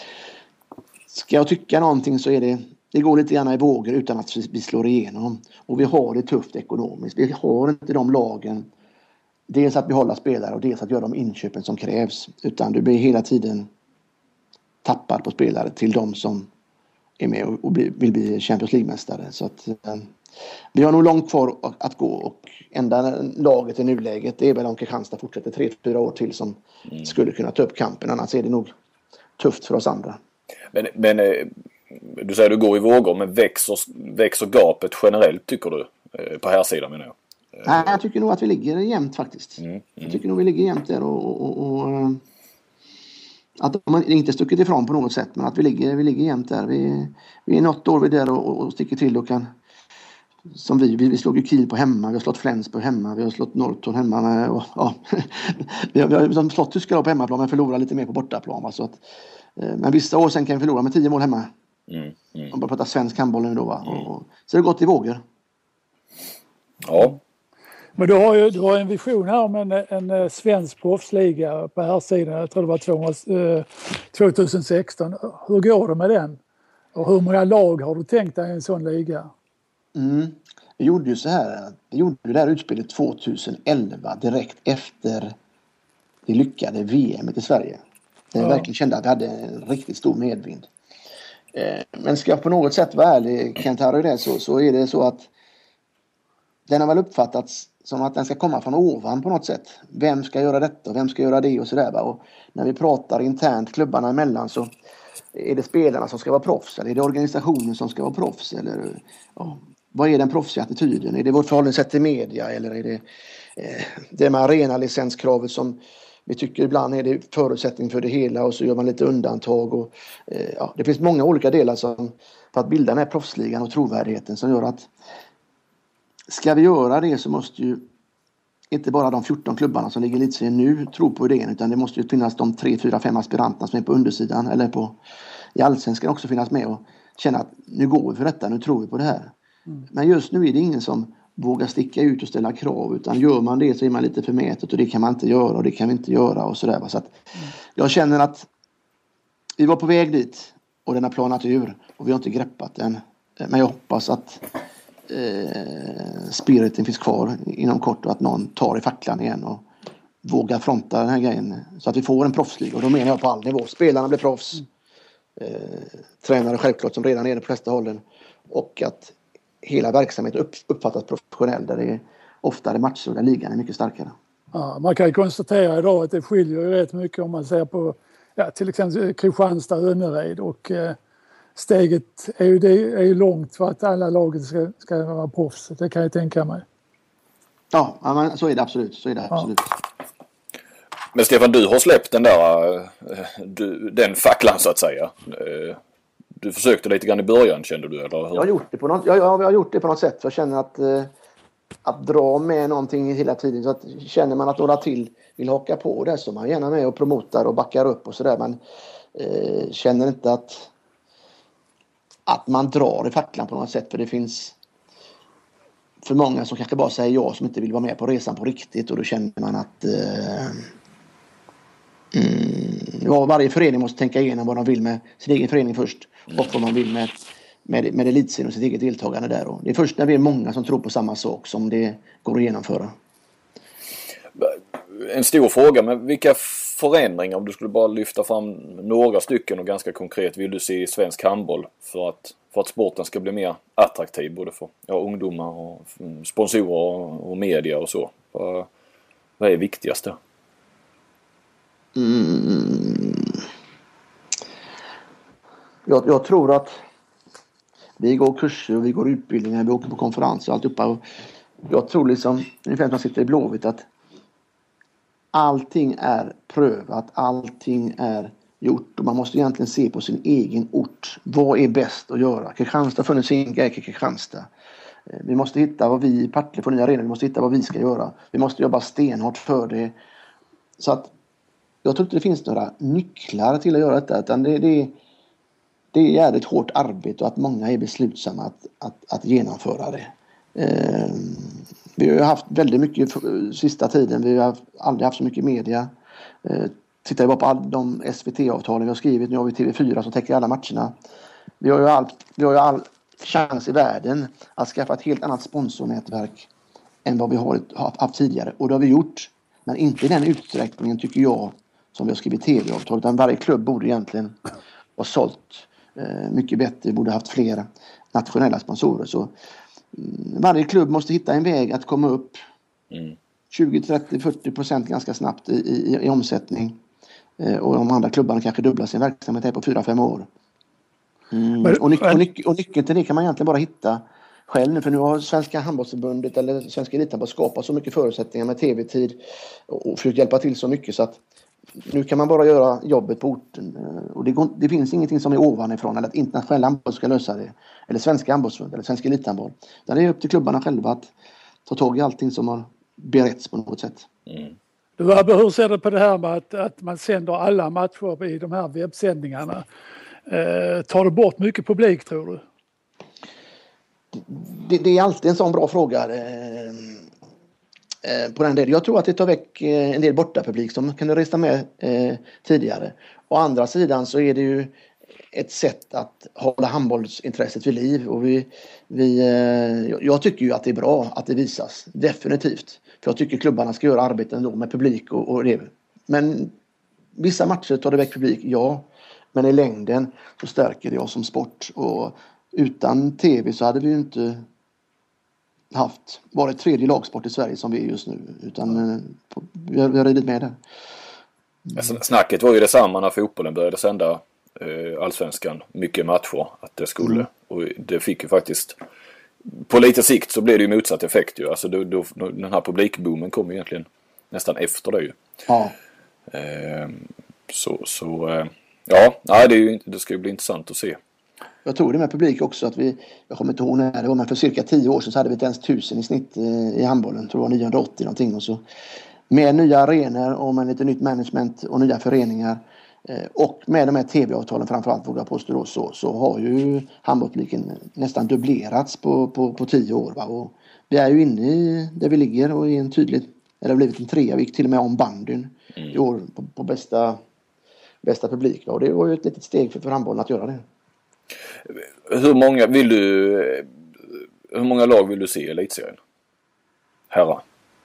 ska jag tycka någonting så är det, det går lite grann i vågor utan att vi slår igenom. Och vi har det tufft ekonomiskt. Vi har inte de lagen. Dels att behålla spelare och dels att göra de inköpen som krävs. Utan du blir hela tiden tappad på spelare till de som är med och, och bli, vill bli Champions League-mästare. Så att eh, vi har nog långt kvar att gå, och enda laget i nuläget det är väl om Kristianstad fortsätter tre, fyra år till som mm. skulle kunna ta upp kampen. Annars är det nog tufft för oss andra. Men, men eh, du säger du går i vågor, men växer, växer gapet generellt tycker du eh, på här sidan menar jag? Nej, jag tycker nog att vi ligger jämnt faktiskt. Mm, mm. Jag tycker nog vi ligger jämnt där och, och, och att de inte stuckit ifrån på något sätt, men att vi ligger, vi ligger jämt där. Vi, vi är något år vid där och, och sticker till och kan, som vi, vi, vi slog ju Kiel på hemma, vi har slått Flensburg hemma, vi har slått Norrton hemma med, och, ja, vi har, vi har slått Tyskland på hemmaplan men förlorar lite mer på bortaplan. Va? Så att, men vissa år sen kan vi förlora med tio mål hemma. Mm, mm. Om bara pratar svensk handboll nu då. Va? Mm. Och, så det har gått i vågor. Ja. Men du har ju du har en vision här om en, en svensk proffsliga på här sidan. Jag tror det var tjugohundrasexton. Hur går det med den? Och hur många lag har du tänkt dig i en sån liga? Mm. Vi gjorde ju så här. Vi gjorde det här utspelet tjugoelva direkt efter det lyckade V M i Sverige. Jag ja. verkligen kände att vi hade en riktigt stor medvind. Men ska jag på något sätt vara ärlig, Kent Harry, det så, så är det så att den har väl uppfattats som att den ska komma från ovan på något sätt. Vem ska göra detta och vem ska göra det och sådär. Va? Och när vi pratar internt klubbarna emellan så är det spelarna som ska vara proffs eller är det organisationen som ska vara proffs? Eller, ja, vad är den proffsiga attityden? Är det vårt förhållningssätt till media eller är det eh, det med arenalicenskravet som vi tycker ibland är det förutsättning för det hela och så gör man lite undantag. Och, eh, ja, det finns många olika delar som, för att bilda den här proffsligan och trovärdigheten som gör att ska vi göra det så måste ju inte bara de fjorton klubbarna som ligger i elitserien nu tro på idén, utan det måste ju finnas de tre, fyra, fem aspiranterna som är på undersidan eller på i allsvenskan också finnas med och känna att nu går vi för detta, nu tror vi på det här. Mm. Men just nu är det ingen som vågar sticka ut och ställa krav, utan gör man det så är man lite förmätet och det kan man inte göra och det kan vi inte göra och sådär. Så att mm. jag känner att vi var på väg dit och den har planat ur och vi har inte greppat den. Men jag hoppas att eh, spiriten finns kvar inom kort och att någon tar i facklan igen och vågar fronta den här grejen så att vi får en proffsliga. Och då menar jag på all nivå. Spelarna blir proffs. Eh, tränare självklart som redan är det på flesta hållen. Och att hela verksamheten upp, uppfattas professionell där det är oftare matcher och där ligan är mycket starkare. Ja, man kan ju konstatera idag att det skiljer ju rätt mycket om man ser på ja, till exempel Kristianstad och Önnered och eh, steget är ju, det är ju långt för att alla laget ska, ska vara proffs. Det kan jag tänka mig. Ja, men så är det absolut. Så är det absolut. Ja. Men Stefan, du har släppt den där du, den facklan så att säga. Du försökte lite grann i början, kände du? Eller hur? Jag har gjort det på något, jag, jag har gjort det på något sätt. För jag känner att, att dra med någonting hela tiden. Så att, känner man att några till vill haka på det så man gärna med och promotar och backar upp och sådär. Man eh, känner inte att att man drar i facklan på något sätt. För det finns för många som kanske bara säger ja som inte vill vara med på resan på riktigt. Och då känner man att eh, mm, ja, varje förening måste tänka igenom vad de vill med sin egen förening först. Och vad man vill med, med, med elitserien och sitt eget deltagande där. Och det är först när vi är många som tror på samma sak som det går att genomföra. En stor fråga, men vilka förändringar, om du skulle bara lyfta fram några stycken och ganska konkret, vill du se i svensk handboll för att, för att sporten ska bli mer attraktiv både för ja, ungdomar och sponsorer och media och så? Vad, vad är viktigast där? Mm. Jag, jag tror att vi går kurser och vi går utbildningar, vi åker på konferenser och alltihopa. Och jag tror liksom, ungefär att man sitter i Blåvitt, att allting är prövat, allting är gjort och man måste egentligen se på sin egen ort. Vad är bäst att göra? Kristianstad har funnits sin grej i Kristianstad. Vi måste hitta vad vi i Partille får nya arenor, vi måste hitta vad vi ska göra. Vi måste jobba stenhårt för det. Så att jag tror inte det finns några nycklar till att göra detta, utan det, det, det är ett hårt arbete och att många är beslutsamma att, att, att genomföra det. Um, Vi har haft väldigt mycket sista tiden. Vi har aldrig haft så mycket media. Eh, tittar vi bara på all de S V T-avtalen vi har skrivit. Nu har vi T V fyra som täcker alla matcherna. Vi har ju all, vi har ju all chans i världen att skaffa ett helt annat sponsornätverk än vad vi har haft tidigare. Och det har vi gjort. Men inte i den utsträckningen tycker jag som vi har skrivit T V-avtal. Utan varje klubb borde egentligen ha sålt eh, mycket bättre. Borde haft fler nationella sponsorer. Så varje klubb måste hitta en väg att komma upp mm. tjugo, trettio, fyrtio procent ganska snabbt i, i, i omsättning. Eh, och de andra klubbarna kanske dubblar sin verksamhet här på fyra fem år. Mm. Men, och, nyc- och, nyc- och nyckeln till det kan man egentligen bara hitta själv nu. För nu har Svenska handbollsförbundet eller Svenska elithandboll skapat så mycket förutsättningar med tv-tid och, och försökt hjälpa till så mycket så att nu kan man bara göra jobbet på orten. Och det, går, det finns ingenting som är ovanifrån eller att internationella handboll ska lösa det. Eller svenska handbollsförbund eller svenska elithandboll. Det är upp till klubbarna själva att ta tag i allting som har berätts på något sätt. Mm. Du, Abbe, hur ser du på det här med att, att man sänder alla matcher i de här webbsändningarna? Eh, tar det bort mycket publik, tror du? Det, det är alltid en sån bra fråga eh, eh, på den delen. Jag tror att det tar väck eh, en del borta publik som kunde resa med eh, tidigare. Å andra sidan så är det ju ett sätt att hålla handbollsintresset vid liv. Och vi, vi, eh, jag tycker ju att det är bra att det visas. Definitivt. För jag tycker klubbarna ska göra arbeten då med publik och, och det. Men vissa matcher tar det väck publik, ja. Men i längden så stärker det jag som sport. Och utan tv så hade vi ju inte haft varit tredje lagsport i Sverige som vi är just nu. Utan eh, vi har, vi har ridit med det. Mm. Snacket var ju detsamma när fotbollen började sända eh, allsvenskan mycket matcher. Att det skulle. Mm. Och det fick ju faktiskt... På lite sikt så blev det ju motsatt effekt ju. Alltså då, då, den här publikboomen kom ju egentligen nästan efter det ju. Ja. Eh, så, så eh, ja, nej, det, är ju, det ska ju bli intressant att se. Jag tror det med publik också att vi, jag kommer inte ihåg när det var, men för cirka tio år sedan så hade vi inte ens tusen i snitt i handbollen. Jag tror det var niohundraåttio någonting och så. Med nya arenor och med lite nytt management och nya föreningar och med de här tv-avtalen framförallt vågar jag påstå då, så, så har ju handbollspubliken nästan dubblerats på, på, på tio år. Va? Och vi är ju inne i där vi ligger och är en tydlig, eller har blivit en trea, vi gick till och med om bandyn mm. i år på, på bästa, bästa publik. Va? Och det var ju ett litet steg för, för handbollen att göra det. Hur många vill du hur många lag vill du se i elitserien? Herra.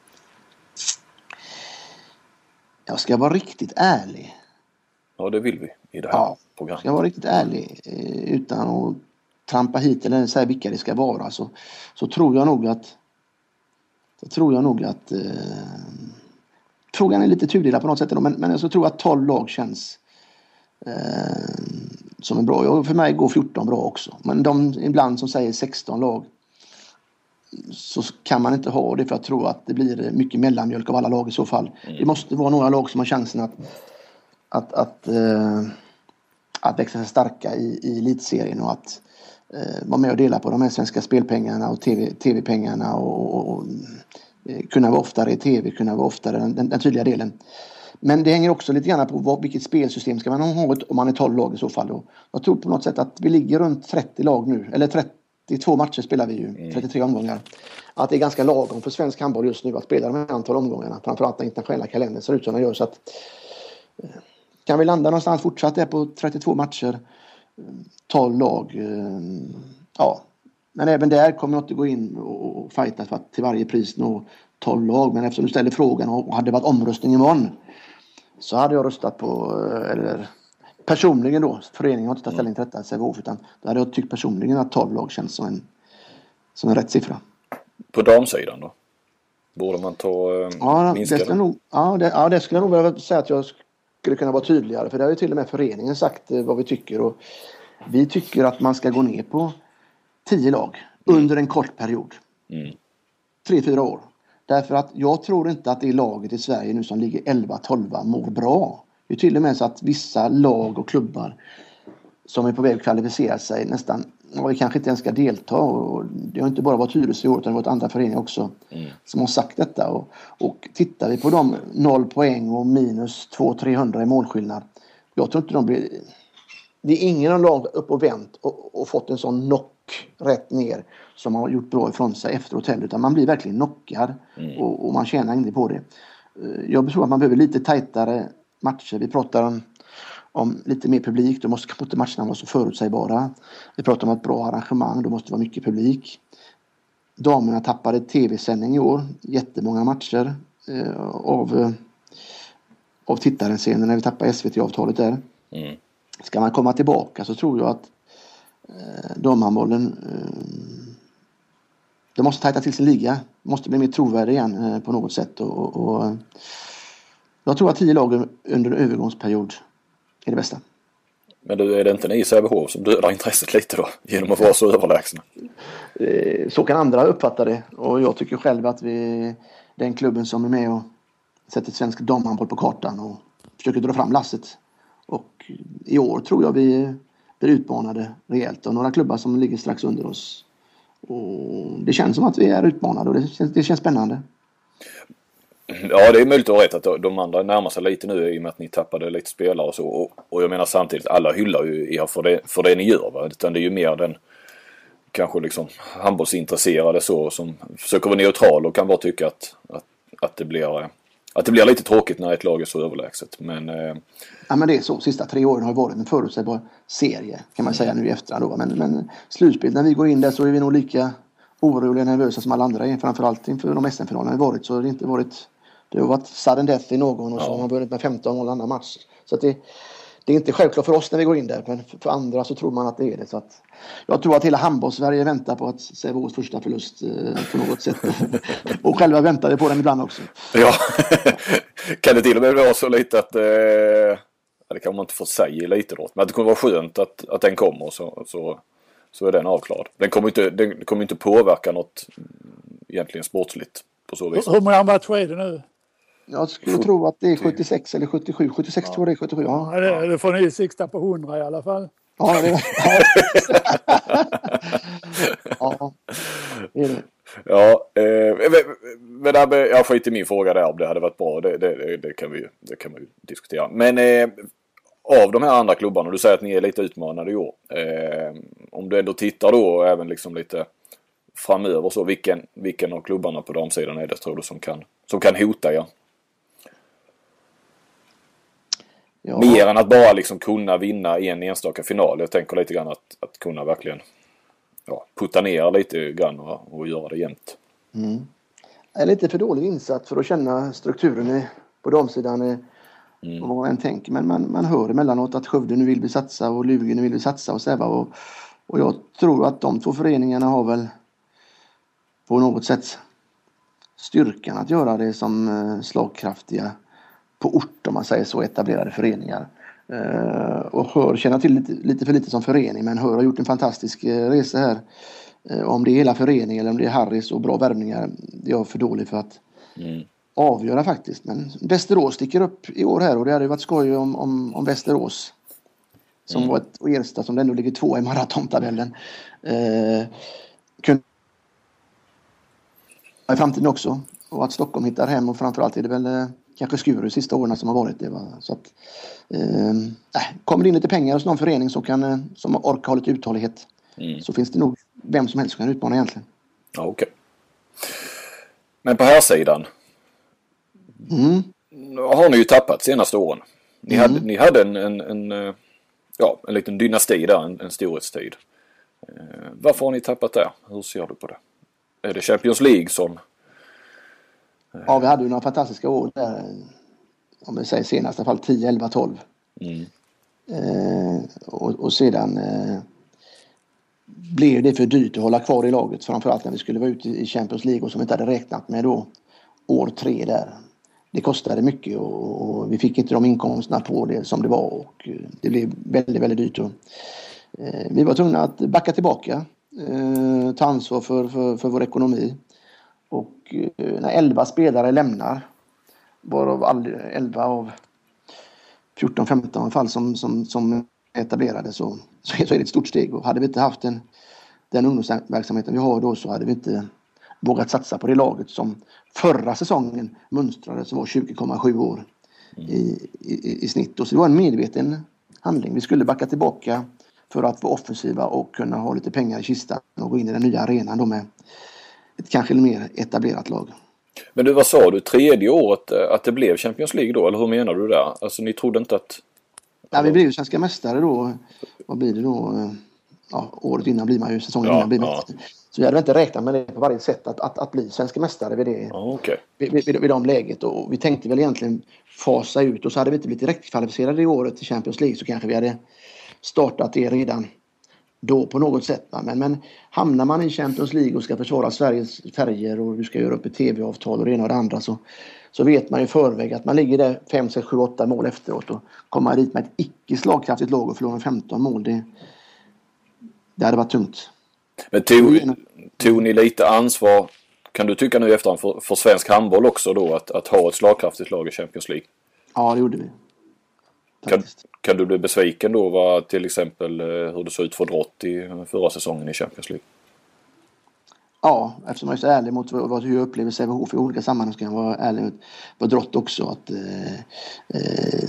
Jag ska vara riktigt ärlig. Ja, det vill vi i det här ja, programmet. Ska jag vara riktigt ärlig utan att trampa hit eller säga vilka det ska vara så, så tror jag nog att så tror jag nog att eh, frågan är lite tudelad på något sätt då, men, men jag så tror att tolv lag känns eh, som en bra. Och för mig går fjorton bra också. Men de ibland som säger sexton lag så kan man inte ha det för att tro att det blir mycket mellanmjölk av alla lag i så fall. Mm. Det måste vara några lag som har chansen att att, att, eh, att växa sig starka i, i elitserien och att eh, vara med och dela på de här svenska spelpengarna och TV, tv-pengarna och, och, och eh, kunna vara oftare i tv, kunna vara oftare den, den, den tydliga delen. Men det hänger också lite grann på vad, vilket spelsystem ska man ha om man är tolv lag i så fall. Då. Jag tror på något sätt att vi ligger runt trettio lag nu, eller trettiotvå matcher spelar vi ju, trettiotre omgångar. Att det är ganska lagom för svensk handboll just nu att spela de här antal omgångarna, framförallt den internationella kalendern ser ut som den gör så att eh, kan vi landa någonstans fortsatt där på trettiotvå matcher, tolv lag, ja. Men även där kommer jag inte gå in och fighta för att till varje pris nå tolv lag. Men eftersom du ställer frågan och hade varit omröstning imorgon så hade jag röstat på, eller personligen då, föreningen har inte tagit ställning till detta, C V H, utan då hade jag tyckt personligen att tolv lag känns som en, som en rätt siffra. På damsidan då? Borde man ta ja, minska det nog, ja, det, ja, det skulle jag nog vilja säga att jag skulle kunna vara tydligare, för det har ju till och med föreningen sagt eh, vad vi tycker och vi tycker att man ska gå ner på tio lag under en kort period. Mm. Tre, fyra år. Därför att jag tror inte att det är laget i Sverige nu som ligger elva tolv mår bra. Det är till och med så att vissa lag och klubbar som är på väg att kvalificera sig nästan, och vi kanske inte ens ska delta, och det har inte bara varit Tyresö i år utan det har varit andra föreningar också mm. som har sagt detta, och, och tittar vi på dem noll poäng och minus två till trehundra i målskillnad, jag tror inte de blir, det är ingen av lag upp och vänt och, och fått en sån knock rätt ner som har gjort bra ifrån sig efteråt heller, utan man blir verkligen knockad mm. och, och man tjänar inte på det. Jag tror att man behöver lite tajtare matcher. Vi pratar om om lite mer publik, då måste inte matcherna vara så förutsägbara. Vi pratar om ett bra arrangemang, då måste det vara mycket publik. Damerna tappade tv-sändning i år, jättemånga matcher eh, av, eh, av tittaren sen när vi tappade S V T-avtalet där. Mm. Ska man komma tillbaka så tror jag att eh, damhandbollen eh, det måste tajta till sin liga, måste bli mer trovärdig igen eh, på något sätt, och, och, och jag tror att tio lag under en övergångsperiod är det bästa. Men du, är det inte ni i C V H som dödar intresset lite då? Genom att vara så överlägsna? Så kan andra uppfatta det. Och jag tycker själv att vi den klubben som är med och sätter svensk damhandboll på kartan och försöker dra fram lasset. Och i år tror jag vi blir utmanade rejält och några klubbar som ligger strax under oss. Och det känns som att vi är utmanade och det känns, det känns spännande. Ja, det är möjligt att ha rätt att de andra närmar sig lite nu i och med att ni tappade lite spelare och så. Och, och jag menar samtidigt, alla hyllar ju er för det, för det ni gör. Va? Utan det är ju mer den kanske liksom handbollsintresserade så som försöker vara neutral och kan bara tycka att, att, att, det blir, att det blir lite tråkigt när ett lag är så överlägset. Men, eh... ja, men det är så. Sista tre åren har varit en förutsägbar serie kan man säga nu i efterhand. Då. Men, men slutspel, när vi går in där så är vi nog lika oroliga och nervösa som alla andra är. Framförallt inför de S M-finalerna har varit så har det inte varit. Det har varit sudden death i någon och så har man börjat med femton mål andra match. Så att det, det är inte självklart för oss när vi går in där. Men för andra så tror man att det är det. Så att jag tror att hela handbolls-Sverige väntar på att se vår första förlust eh, på något sätt. Och själva väntade på den ibland också. Ja, kan det till och med vara så lite att... Eh, det kan man inte få säga lite då. Men att det kommer vara skönt att, att den kommer så, så, så är den avklarad. Den kommer inte, den kommer inte påverka något egentligen sportsligt på så vis. Hur många matcher är det nu? Jag skulle tro att det är sjuttiosex eller sjuttiosju. sjuttiosex ja. Tror jag det är sjuttiosju. Ja, ja det, det får ni sikta på hundra i alla fall. Ja, det är ja, det. Är det. Ja, eh, men jag skiter i min fråga där om det hade varit bra. Det, det, det, kan, vi, det kan vi diskutera. Men eh, av de här andra klubbarna, du säger att ni är lite utmanade i år. Eh, om du ändå tittar då även liksom lite framöver så, vilken, vilken av klubbarna på damsidan är det tror du som kan, som kan hota er? Ja. Mer än att bara liksom kunna vinna i en enstaka final. Jag tänker lite grann att, att kunna verkligen ja, putta ner lite grann och, och göra det jämnt. Mm. Jag är lite för dålig insatt för att känna strukturen i, på damsidan i, mm. och vad man än tänker. Men man, man hör emellanåt att Skövde nu vill vi satsa och Lugi nu vill vi satsa och Säva. Och, och jag tror att de två föreningarna har väl på något sätt styrkan att göra det som slagkraftiga på ort om man säger så etablerade föreningar. Uh, och Hör känner till lite, lite för lite som förening men Hör har gjort en fantastisk uh, resa här. Uh, om det är hela föreningen eller om det är Harris och bra värvningar det är jag för dålig för att mm. avgöra faktiskt. Men Västerås sticker upp i år här och det hade varit skoj om, om, om Västerås som mm. var ett och Ersta som ändå ligger två i maratontabellen uh, kunde i framtiden också och att Stockholm hittar hem och framförallt är det väl uh, kanske Skuru sista åren som har varit det. Va? Så att, eh, kommer det in lite pengar hos någon förening som, kan, som orkar ha lite uthållighet mm. så finns det nog vem som helst som kan utmana egentligen. Ja, okej. Okay. Men på här sidan mm. har ni ju tappat senaste åren. Ni mm. hade, ni hade en, en, en, ja, en liten dynasti där, en, en storhetstid. Eh, varför har ni tappat där? Hur ser du på det? Är det Champions League som... Ja, vi hade ju några fantastiska år där, om vi säger senast i alla fall tio, elva, tolv. Mm. Eh, och, och sedan eh, blev det för dyrt att hålla kvar i laget, framförallt när vi skulle vara ute i Champions League och som vi inte hade räknat med då, år tre där. Det kostade mycket och, och vi fick inte de inkomsterna på det som det var och det blev väldigt, väldigt dyrt. Och, eh, vi var tvungna att backa tillbaka, eh, ta ansvar för, för, för vår ekonomi. Och när elva spelare lämnar, varav elva av fjorton femton fall som, som, som etablerade så, så är det ett stort steg. Och hade vi inte haft den, den ungdomsverksamheten vi har då så hade vi inte vågat satsa på det laget som förra säsongen mönstrade som var tjugo komma sju år i, i, i snitt. Och så det var en medveten handling. Vi skulle backa tillbaka för att vara offensiva och kunna ha lite pengar i kistan och gå in i den nya arenan då med ett kanske mer etablerat lag. Men du, vad sa du? Tredje året att det blev Champions League då? Eller hur menar du där? Alltså ni trodde inte att... Ja, vi blev ju svenska mästare då. Vad blir det då? Ja, året innan blir man ju, säsongen ja, innan blir man. Ja. Så vi hade inte räknat med det på varje sätt att, att, att bli svenska mästare vid det. Ja, okay. vid, vid, vid de läget. Och vi tänkte väl egentligen fasa ut och så hade vi inte blivit direkt kvalificerade i året till Champions League så kanske vi hade startat det redan då på något sätt. Va? Men, men hamnar man i Champions League och ska försvara Sveriges färger och du ska göra upp ett tv-avtal och det ena och det andra så, så vet man ju i förväg att man ligger där fem, sex, sju, åtta mål efteråt och kommer dit med ett icke slagkraftigt lag och förlorar femton mål. Det, det hade varit tungt. Men tog, tog ni lite ansvar, kan du tycka nu efterhand för, för svensk handboll också då att, att ha ett slagkraftigt lag i Champions League? Ja, det gjorde vi. Kan, kan du bli besviken då vad till exempel hur det såg ut för Drott i förra säsongen i Champions League? Ja, eftersom jag är så ärlig mot vad hur jag upplever Sävehof i olika sammanhang, ska jag vara ärlig mot vad Drott också. Att, eh, eh,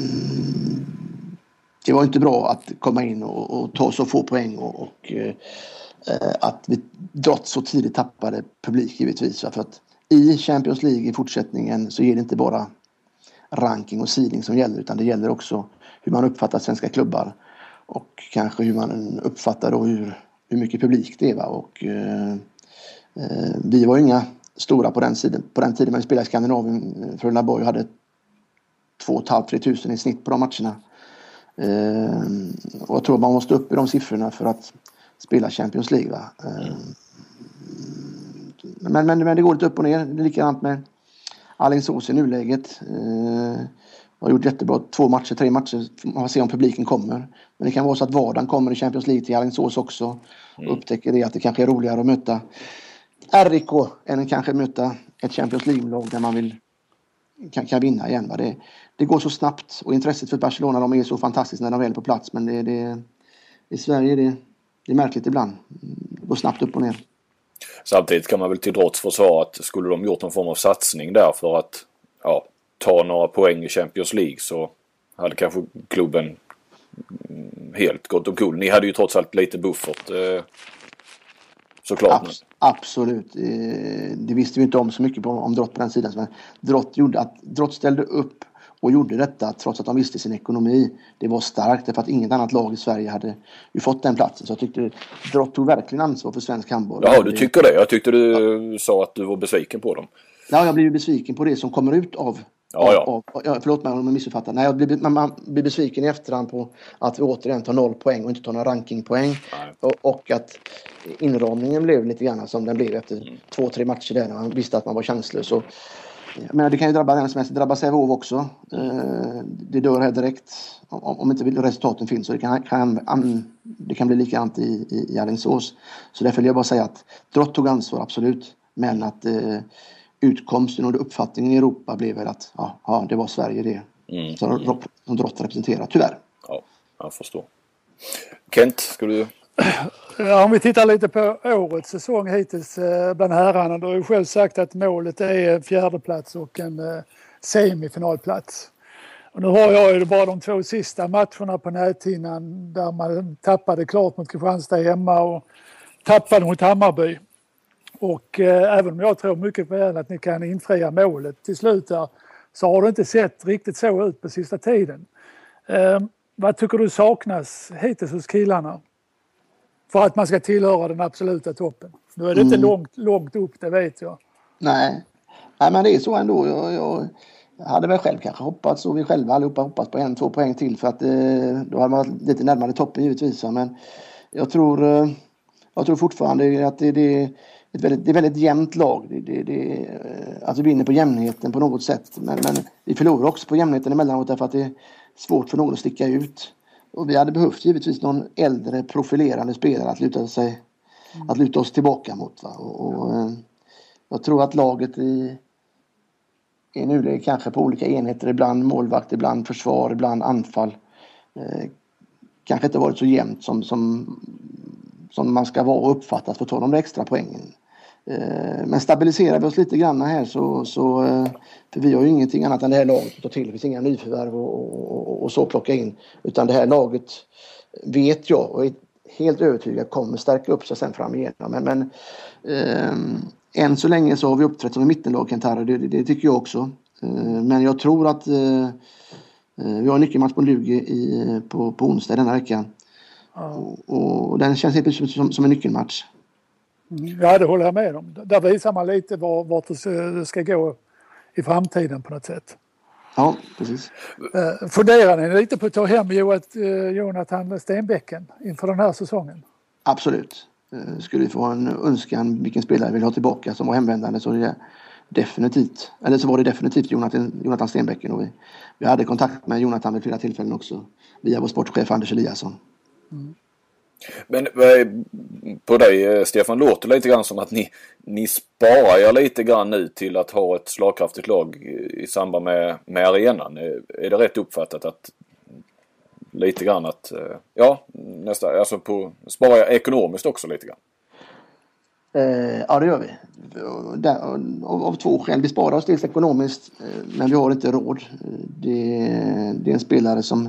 det var inte bra att komma in och, och ta så få poäng och, och eh, att vi Drott så tidigt tappade publik givetvis. För att i Champions League i fortsättningen så är det inte bara ranking och seeding som gäller, utan det gäller också hur man uppfattar svenska klubbar och kanske hur man uppfattar då hur, hur mycket publik det är. Va? Och, eh, eh, vi var ju inga stora på den, sidan, på den tiden när vi spelade i Skandinavien. Frölundaborg hade två och ett halvt till tre tusen i snitt på de matcherna. Eh, och jag tror man måste upp i de siffrorna för att spela Champions League. Va? Eh, men, men, men det går lite upp och ner. Det är likadant med Alingsås i nuläget. Eh, har gjort jättebra två matcher, tre matcher. Man får se om publiken kommer. Men det kan vara så att Vardan kommer i Champions League till Alingsås också. Och upptäcker det att det kanske är roligare att möta R I K än att kanske möta ett Champions League-lag där man vill kan, kan vinna igen. Va? Det, det går så snabbt och intresset för Barcelona, de är så fantastiskt när de väl är på plats. Men det, det, i Sverige är det, det är märkligt ibland. Det går snabbt upp och ner. Samtidigt kan man väl till Drotts försvara att skulle de gjort någon form av satsning där för att ja, ta några poäng i Champions League så hade kanske klubben helt gått omkull. Ni hade ju trots allt lite buffert eh, såklart. Abs- absolut. Eh, det visste vi inte om så mycket på, om Drott på den sidan. Men Drott, gjorde att, Drott ställde upp och gjorde detta trots att de visste sin ekonomi. Det var starkt därför att inget annat lag i Sverige hade ju fått den platsen. Så jag tyckte Drott tog verkligen ansvar för svensk handboll. Ja, du tycker det. Jag tyckte du ja. sa att du var besviken på dem. Ja, jag blev besviken på det som kommer ut av... Ja, ja. Av, av, förlåt mig om jag missuppfattar. Nej, jag blir, man, man blir besviken i efterhand på att vi återigen tar noll poäng och inte tar några rankingpoäng. Och, och att inramningen blev lite grann som den blev efter mm. två, tre matcher där när man visste att man var chanslös. Och, jag menar, det kan ju drabba den som helst. Det drabbar Sävehof också. Eh, det dör här direkt om, om inte resultaten finns. Så det kan, kan, an, det kan bli likadant i, i, i Alingsås. Så därför vill jag bara säga att Drott tog ansvar, absolut. Men att eh, utkomsten och uppfattningen i Europa blev väl att ja, ja det var Sverige det. Mm. Som, som Drott representerar, tyvärr. Ja, jag förstår. Kent, ska du... Ja, om vi tittar lite på årets säsong hittills bland herrarna, då har jag själv sagt att målet är en fjärdeplats och en semifinalplats. Och nu har jag ju bara de två sista matcherna på näthinnan där man tappade klart mot Kristianstad hemma och tappade mot Hammarby. Och eh, även om jag tror mycket väl att ni kan infria målet till slut där, så har det inte sett riktigt så ut på sista tiden. Eh, vad tycker du saknas hittills hos killarna? För att man ska tillhöra den absoluta toppen. Nu är det inte mm. långt, långt upp, det vet jag. Nej. Nej, men det är så ändå. Jag, jag hade väl själv kanske hoppats, och vi själva allihopa hoppats på en, två poäng till. För att eh, då hade man varit lite närmare toppen givetvis. Men jag tror, eh, jag tror fortfarande att det, det, är ett väldigt, det är väldigt jämnt lag. Det, det, det, att vi vinner på jämnheten på något sätt. Men, men vi förlorar också på jämnheten emellanåt därför att det är svårt för någon att sticka ut. Och vi hade behövt givetvis någon äldre profilerande spelare att luta, sig, mm. att luta oss tillbaka mot. Va? Och, och, eh, jag tror att laget i, i nuläget kanske på olika enheter, ibland målvakt, ibland försvar, ibland anfall, eh, kanske inte varit så jämnt som, som, som man ska vara och uppfattas för att ta de extra poängen. Eh, men stabiliserar vi oss lite grann här så, så eh, för vi har ju ingenting annat än det här laget att ta till. Det finns inga nyförvärv och, och, och, och så plocka in, utan det här laget vet jag och är helt övertygad kommer stärka upp sig sen fram igenom. Men, men eh, än så länge så har vi uppträtt som en mittenlag, Kentaro, det, det, det tycker jag också. Eh, men jag tror att eh, vi har en nyckelmatch på Lugi i, på, på onsdag denna veckan. Ja. Och, och den känns helt som, som en nyckelmatch. Ja, det håller jag med om. Där visar man lite var, vart det ska gå i framtiden på något sätt. Ja, precis. Uh, funderar ni lite på att ta hem Jonathan Stenbäcken inför den här säsongen? Absolut. Uh, skulle vi få en önskan vilken spelare vill ha tillbaka som var hemvändande, så är det definitivt, eller så var det definitivt Jonathan, Jonathan Stenbäcken. Och vi, vi hade kontakt med Jonathan vid flera tillfällen också via vår sportchef Anders Eliasson. Mm. Men på dig, Stefan, låter lite grann som att ni, ni sparar er lite grann nu till att ha ett slagkraftigt lag i samband med, med arenan. Är det rätt uppfattat att lite grann att ja, nästa, alltså på spara ekonomiskt också lite grann. Eh, ja, det gör vi. Där, av, av två skäl. Vi sparar oss dels ekonomiskt, eh, men vi har inte råd. Det, det är en spelare som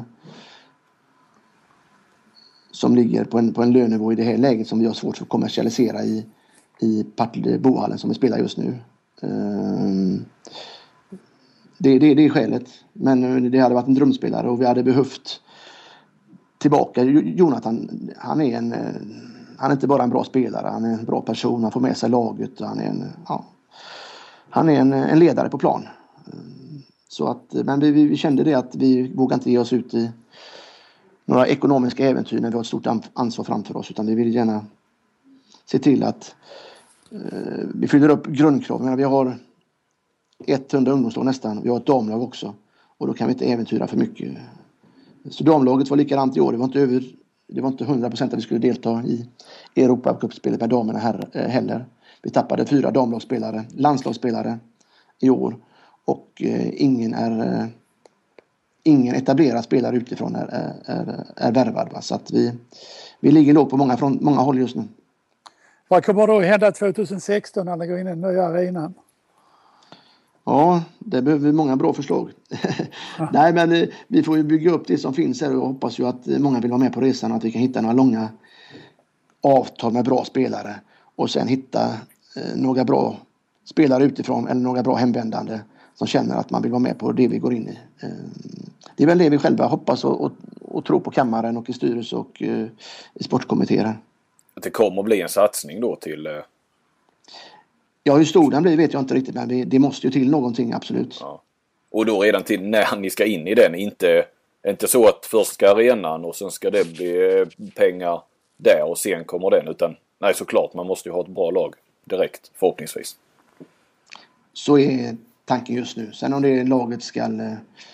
som ligger på en, på en lönenivå i det här läget som vi har svårt att kommersialisera i, i Partille Bohallen som vi spelar just nu. Eh, det, det, det är skälet. Men det hade varit en drömspelare och vi hade behövt tillbaka. Jonathan, han är en han är inte bara en bra spelare, han är en bra person, han får med sig laget, han är en, ja, han är en, en ledare på plan. Så att, men vi, vi kände det att vi vågar inte ge oss ut i några ekonomiska äventyr när vi har ett stort ansvar framför oss, utan vi vill gärna se till att eh, vi fyller upp grundkraven. Vi har hundra ungdomslag nästan, vi har ett damlag också och då kan vi inte äventyra för mycket. Så damlaget var likadant i år, det var inte över Det var inte hundra procent att vi skulle delta i Europacupspelet med damerna här heller. Vi tappade fyra damlagsspelare, landslagsspelare i år. Och eh, ingen är eh, ingen etablerad spelare utifrån är, är, är, är värvad. Va? Så att vi, vi ligger lågt på många, från många håll just nu. Vad kommer då hända tjugohundrasexton när det går in i den nya arenan? Ja, det behöver vi många bra förslag. Nej, men eh, vi får ju bygga upp det som finns här och hoppas ju att många vill vara med på resan och att vi kan hitta några långa avtal med bra spelare och sen hitta eh, några bra spelare utifrån eller några bra hemvändande som känner att man vill vara med på det vi går in i. Eh, det är väl det vi själva hoppas och, och, och tror på kammaren och i styrelse och eh, i sportkommittéer. Att det kommer att bli en satsning då till... Eh... Ja, hur stor den blir vet jag inte riktigt, men det, det måste ju till någonting, absolut. Ja. Och då redan till när ni ska in i den, inte, inte så att först ska arenan och sen ska det bli pengar där och sen kommer den, utan nej, såklart, man måste ju ha ett bra lag direkt, förhoppningsvis. Så är tanken just nu. Sen om det laget ska eh,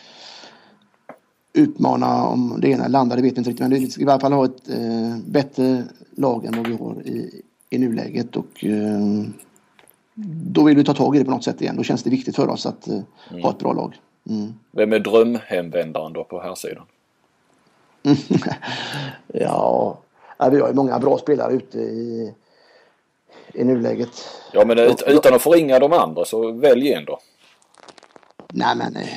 utmana om det ena landar, det vet jag inte riktigt, men vi ska i alla fall ha ett eh, bättre lag än vad vi har i, i nuläget och eh, då vill vi ta tag i det på något sätt igen. Då känns det viktigt för oss att uh, mm. ha ett bra lag. Mm. Vem är drömhemvändaren då på här sidan? ja, vi har ju många bra spelare ute i, i nuläget. Ja, men ut, utan att förringa de andra så välj en då. Nej, men eh,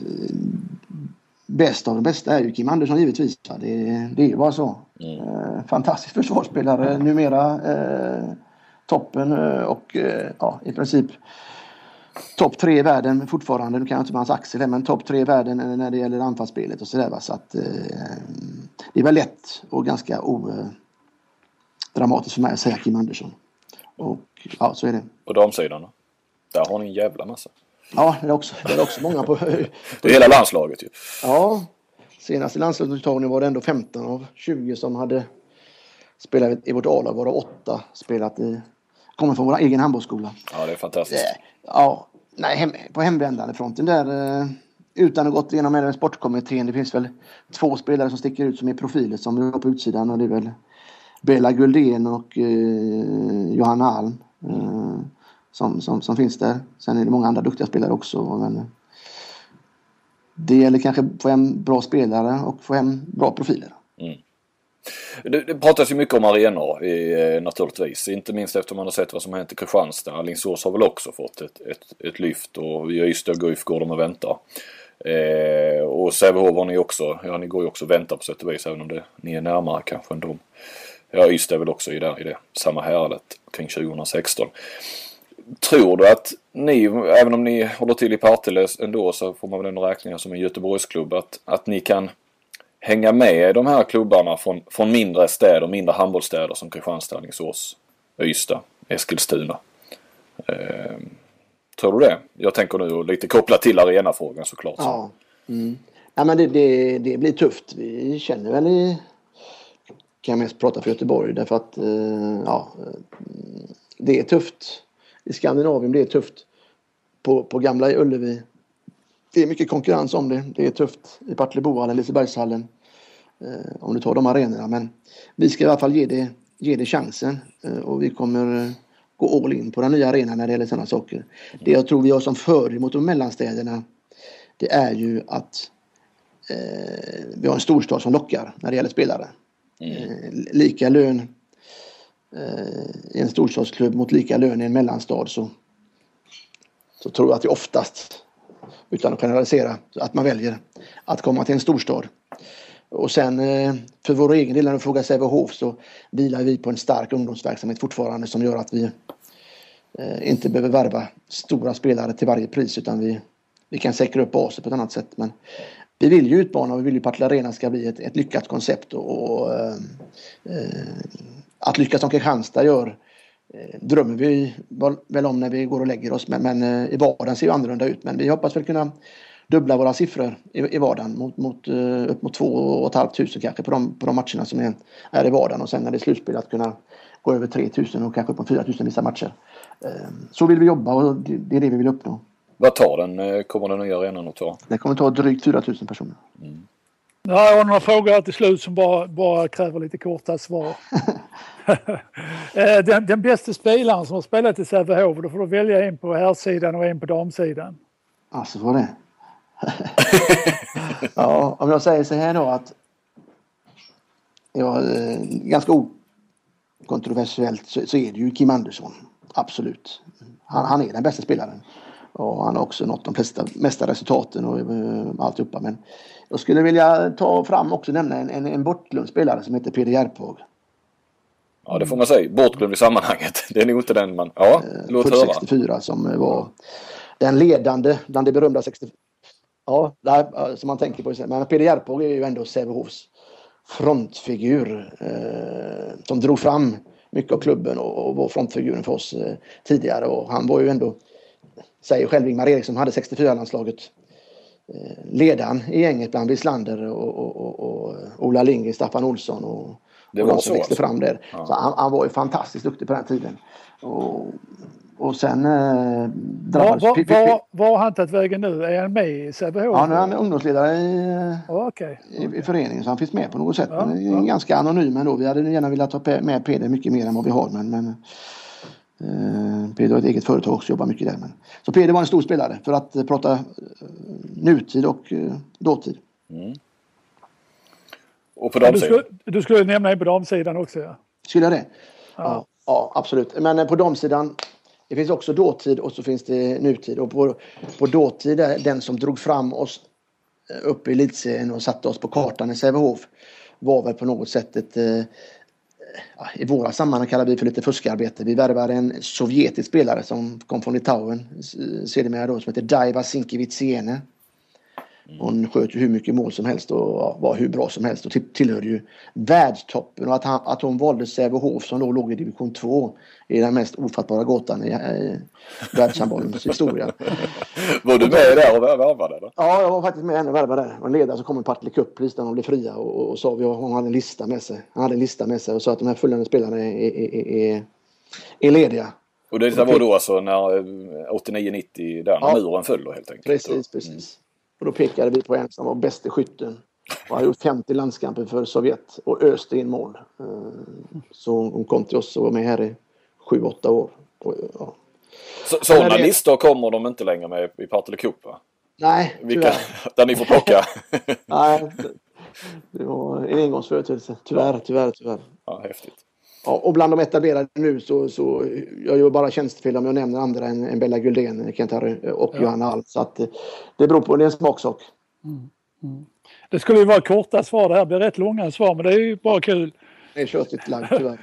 bäst av de bästa är ju Kim Andersson givetvis. Det, det är ju bara så. Mm. Eh, fantastisk försvarsspelare numera. Eh, toppen och ja, i princip topp tre i världen fortfarande. Nu kan jag inte med hans axel men topp tre i världen när det gäller anfallsspelet och sådär. Så att eh, det är väl lätt och ganska odramatiskt för mig att säga Kim Andersson. Och ja, så är det. Och damsidan då? Där har ni en jävla massa. Ja, det är också, det är också många på... på det är hela landslaget ju. Ja, senast i landslagsuttagningen var det ändå femton av tjugo som hade spelat i vårt A-lag, våra åtta spelat i, kommer från vår egen handbollsskola. Ja, det är fantastiskt. Ja, nej, hem, på hemvändande fronten där, utan att gått igenom med sportkommittén, det finns väl två spelare som sticker ut som är profiler som är på utsidan och det är väl Bella Guldén och eh, Johanna Alm eh, som, som, som finns där. Sen är det många andra duktiga spelare också, men det gäller kanske att få hem bra spelare och få hem bra profiler. Mm. Det, det pratas ju mycket om arenor eh, naturligtvis, inte minst efter man har sett vad som hänt i Kristianstad. Alingsås har väl också fått ett, ett, ett lyft och i Ystad och Guif går de och väntar. Eh, och Sävehof har ni också, ja ni går ju också och väntar på sätt och vis även om det, ni är närmare kanske än dem. Ja, Ystad är väl också i det, i det samma häradet kring tjugohundrasexton. Tror du att ni, även om ni håller till i Partille ändå så får man väl ändå räkna som en Göteborgsklubb, att, att ni kan hänga med de här klubbarna från, från mindre städer, mindre handbollsstäder som Kristianstad, Alingsås, Ystad, Eskilstuna. Eh, tror du det? Jag tänker nu lite kopplat till arenafrågan såklart. Ja, mm. Ja men det, det, det blir tufft. Vi känner väl i, kan jag mest prata för Göteborg därför att eh, ja, det är tufft. I Skandinavien det är tufft. På, på gamla Ullevi. Det är mycket konkurrens om det. Det är tufft i Partille Bohallen, Lisebergshallen. Eh, om du tar de arenorna. Men vi ska i alla fall ge det, ge det chansen. Eh, och vi kommer eh, gå all in på den nya arenan när det gäller sådana saker. Mm. Det jag tror vi har som fördel mot de mellanstäderna. Det är ju att eh, vi har en storstad som lockar när det gäller spelare. Mm. Eh, lika lön eh, i en storstadsklubb mot lika lön i en mellanstad, så, så tror jag att det oftast, utan att generalisera, att man väljer att komma till en storstad. Och sen eh, för vår egen del, när du frågar Sävehof, så vilar vi på en stark ungdomsverksamhet fortfarande som gör att vi eh, inte behöver värva stora spelare till varje pris, utan vi, vi kan säkra upp basen på ett annat sätt. Men vi vill ju utmana och vi vill ju att Partille Arena ska bli ett, ett lyckat koncept, och, och eh, att lyckas som Kristianstad gör eh, drömmer vi väl om när vi går och lägger oss, men, men eh, i vardagen ser ju annorlunda ut. Men vi hoppas väl kunna dubbla våra siffror i, i vardagen mot, mot, uh, upp mot två och ett halvt tusen kanske på de, på de matcherna som är, är i vardagen, och sen när det är slutspel att kunna gå över tre tusen och kanske upp på fyra tusen vissa matcher. Uh, så vill vi jobba, och det, det är det vi vill uppnå. Vad tar den? Kommer den nya arenan att ta? Det kommer ta drygt fyra tusen personer. Mm. Ja, jag har några frågor här till slut som bara, bara kräver lite korta svar. den, den bästa spelaren som har spelat i Sävehof, då får du välja en på herrsidan och en på damsidan. Alltså vad det ja, om jag säger så här då, att ja, ganska okontroversiellt så, så är det ju Kim Andersson, absolut. Han, han är den bästa spelaren, och han har också nått de flesta, mesta resultaten och uh, alltihopa. Men jag skulle vilja ta fram också nämna en, en, en bortglömd spelare som heter Peder Järphag. Ja, det får man säga. Bortglömd i sammanhanget. Det är nog inte den man... Ja, låt höra. sextiofyra som var den ledande bland de berömda sextiofyra. Ja, där, som man tänker på. Men Peder Järphag är ju ändå Sävehofs frontfigur eh, som drog fram mycket av klubben och, och var frontfiguren för oss eh, tidigare. Och han var ju ändå, säger själv Ingmar Eriksson, hade sextiofyra-landslaget. Eh, ledaren i gänget bland Wislander och, och, och, och Ola Lindgren, Staffan Olsson och, det och var de som så, växte alltså. fram där. Ja. Så han, han var ju fantastiskt duktig på den tiden. Och, och sen eh, drabbades... Var, var, var, var har han tagit vägen nu? Är han med i Sävehof? Ja, nu är han ungdomsledare i, oh, okay. i, i föreningen, så han finns med på något sätt. Ja, men ja. Ganska anonym ändå. Vi hade gärna velat ta med Peder mycket mer än vad vi har. Men, men eh, Peder har ett eget företag också, jobbar mycket där. Men. Så Peder var en stor spelare för att eh, prata eh, nutid och eh, dåtid. Mm. Och på damsidan? Du skulle, du skulle nämna en på damsidan också, ja. Skulle jag det? Ja. Ja, ja, absolut. Men eh, på damsidan, det finns också dåtid och så finns det nutid. Och på, på dåtid är den som drog fram oss upp i elitserien och satte oss på kartan i Sävehof var väl på något sätt ett, eh, i våra sammanhang kallar vi för lite fuskarbete. Vi värvade en sovjetisk spelare som kom från Litauen, sedermera då, som heter Daiva Sinkeviciene. Hon sköt ju hur mycket mål som helst och var hur bra som helst och tillhörde ju världstoppen, och att, han, att hon valde Sävehof som då låg i division två är den mest ofattbara gåtan i, i världshandbollens historia. Var du med där och värvade då? Ja, jag var faktiskt med henne och värvade där. En ledare som kom i Partille Cup precis när de blev fria och, och sa att hon hade en lista med sig. Han hade en lista med sig och sa att de här följande spelarna är, är, är, är, är lediga. Och det var då alltså när åttionio nittio där när ja, muren föll då helt enkelt. Precis, precis. Mm. Och då pekade vi på en som var bäste skytten och hade gjort femtio landskamper för Sovjet och öste in mål. Så hon kom till oss och var med här i sju åtta år. Och, ja. Så, sådana det... listor kommer de inte längre med i Partille Cup, va? Nej, Vilka, där ni får plocka. Nej, det var en engångsföreteelse. Tyvärr, tyvärr, tyvärr. Ja, häftigt. Ja, och bland de etablerade nu så, så jag gör bara tjänstefel om jag nämner andra än, än Bella Guldén, Kent Harry och ja. Johanna Allt. Så att det beror på, det är en smaksak. Mm. Mm. Det skulle ju vara korta svar, det här blir rätt långa svar, men det är ju bara kul. Det är tjötigt lagd, tyvärr.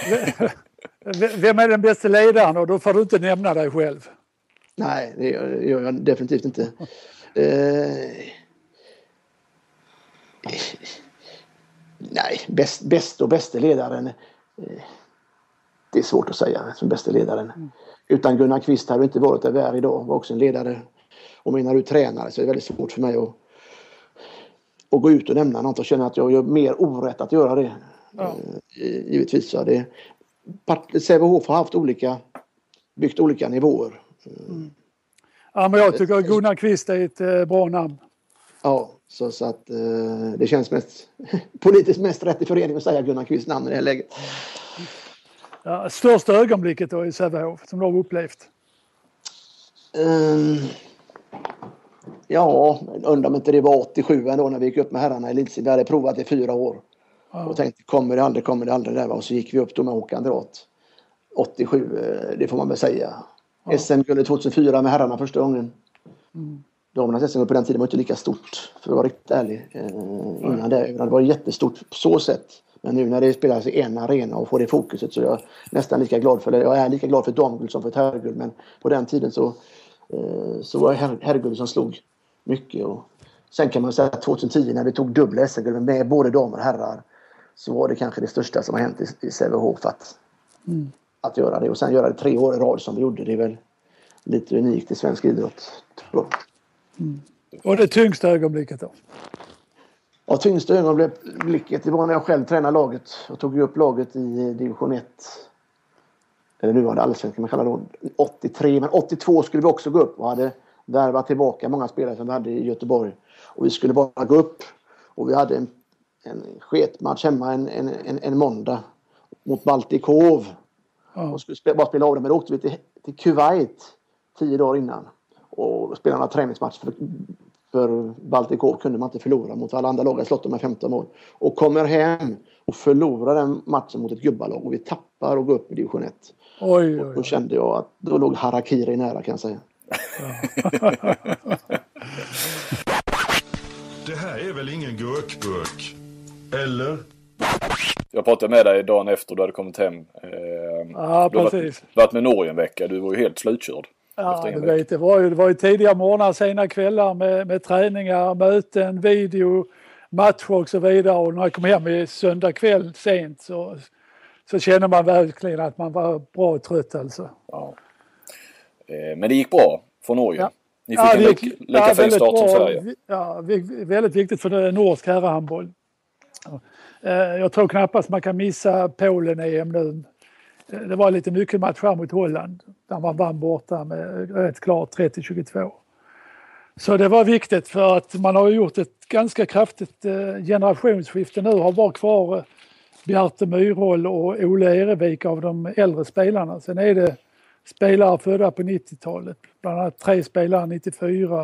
Vem är den bästa ledaren, och då får du inte nämna dig själv? Nej, det gör jag definitivt inte. eh... Nej, bäst, bäst och bästa ledaren. Det är svårt att säga som bästa ledaren. Mm. Utan Gunnar Kvist hade inte varit där vi är idag. Var också en ledare. Och menar du tränare så är det väldigt svårt för mig att, att gå ut och nämna något och känna att jag gör mer orätt att göra det. Ja. Givetvis så det. Sävehof har haft olika, byggt olika nivåer. Mm. Ja, men jag tycker att Gunnar Kvist är ett eh, bra namn. Ja, så, så att eh, det känns mest politiskt mest rätt i föreningen att säga Gunnar Kvist namn i det här läget. Ja, största ögonblicket då i Sävehof som du har upplevt? Um, Ja, undrar om inte det var åttiosju ändå när vi gick upp med herrarna i elitserien. Vi hade provat i fyra år. Ja. Och tänkte, kommer det aldrig, kommer det aldrig där. Och så gick vi upp då med Håkan Drath. åttiosju, det får man väl säga. Ja. S M-guldet tjugohundrafyra med herrarna första gången. Mm. Damernas S M-guld på den tiden var inte lika stort, för att vara riktigt ärlig. Eh, innan det, det var jättestort på så sätt. Men nu när det spelas i en arena och får det fokuset så är jag nästan lika glad för det. Jag är lika glad för ett damguld som för ett herrguld. Men på den tiden så, eh, så var det her- herrguld som slog mycket. Och sen kan man säga att tjugohundratio när vi tog dubbla S M-guld med både damer och herrar så var det kanske det största som har hänt i, i Sävehof att, mm. att göra det. Och sen göra det tre år i rad som vi gjorde. Det är väl lite unikt i svensk idrott. Mm. Och det tyngsta ögonblicket då? Ja, tyngsta ögonblicket det var när jag själv tränade laget. Jag tog upp laget i division ett. Eller nu var det allsvenskan kan man kalla det åttiotre. Men åttiotvå skulle vi också gå upp och hade värvat tillbaka många spelare som vi hade i Göteborg. Och vi skulle bara gå upp. Och vi hade en, en sketmatch hemma en, en, en, en måndag mot Baltikov. Ja. Och skulle spela, bara spela av det. Men då åkte vi till, till Kuwait tio dagar innan. Och spelade en träningsmatch för, för Baltikov kunde man inte förlora mot alla andra lag. Jag slått dem med femton mål. Och kommer hem och förlorar den matchen mot ett gubbalag. Och vi tappar och går upp i division ett. Oj, oj, oj. Och då kände jag att då låg harakiri nära kan jag säga. Det här är väl ingen gurkburk? Eller? Jag pratade med dig dagen efter du hade kommit hem. Eh, ja, du har precis. varit, varit med Norge en vecka. Du var ju helt slutkörd. Ja, du vet, det var ju, det var ju tidiga morgnar, sena kvällar med, med träningar, möten, video, matcher och så vidare. Och när jag kom hem i söndag kväll sent så, så kände man verkligen att man var bra trött alltså. Ja. Eh, men det gick bra för Norge. Ja. Ni fick ja, en lika, lika ja, fin start bra, som Sverige. Ja, väldigt viktigt för norsk herrhandboll. Jag tror knappast man kan missa Polen-E M nu. Det var lite mycket matcher mot Holland där man vann borta med rätt klart trettio tjugotvå. Så det var viktigt för att man har gjort ett ganska kraftigt generationsskifte nu. Har bara kvar Bjarte Myrhåll och Olle Erevik av de äldre spelarna. Sen är det spelare födda på nittiotalet. Bland annat tre spelare nittiofyra.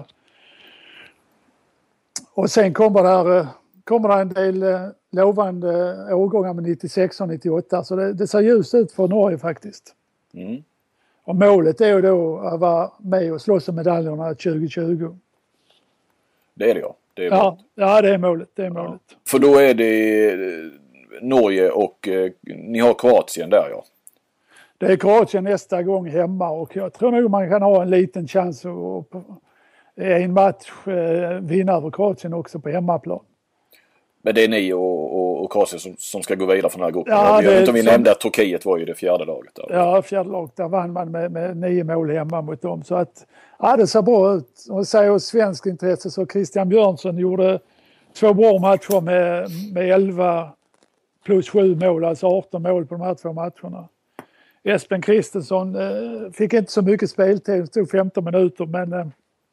Och sen kommer där kommer det en del lovande årgångar med nittiosex och nittioåtta. Så det, det ser ljust ut för Norge faktiskt. Mm. Och målet är ju då att vara med och slåss om medaljerna tjugo tjugo. Det är det ja. Det är ja, ja, det är målet. Det är målet. Ja. För då är det Norge och eh, ni har Kroatien där ja. Det är Kroatien nästa gång hemma och jag tror nog man kan ha en liten chans att i en match eh, vinna över Kroatien också på hemmaplan. Men det är ni och, och, och Kroatien som, som ska gå vidare från den här gruppen. Ja, jag vet inte om vi som... nämnde att Turkiet var ju det fjärde laget. Där. Ja, fjärde laget. Där vann man med, med nio mål hemma mot dem. Så att, ja, det ser bra ut. Och säger oss svensk intresse så Christian Björnsson gjorde två bra matcher med, med elva plus sju mål. Alltså arton mål på de här två matcherna. Espen Kristensson eh, fick inte så mycket speltid. Stod femton minuter men... Eh,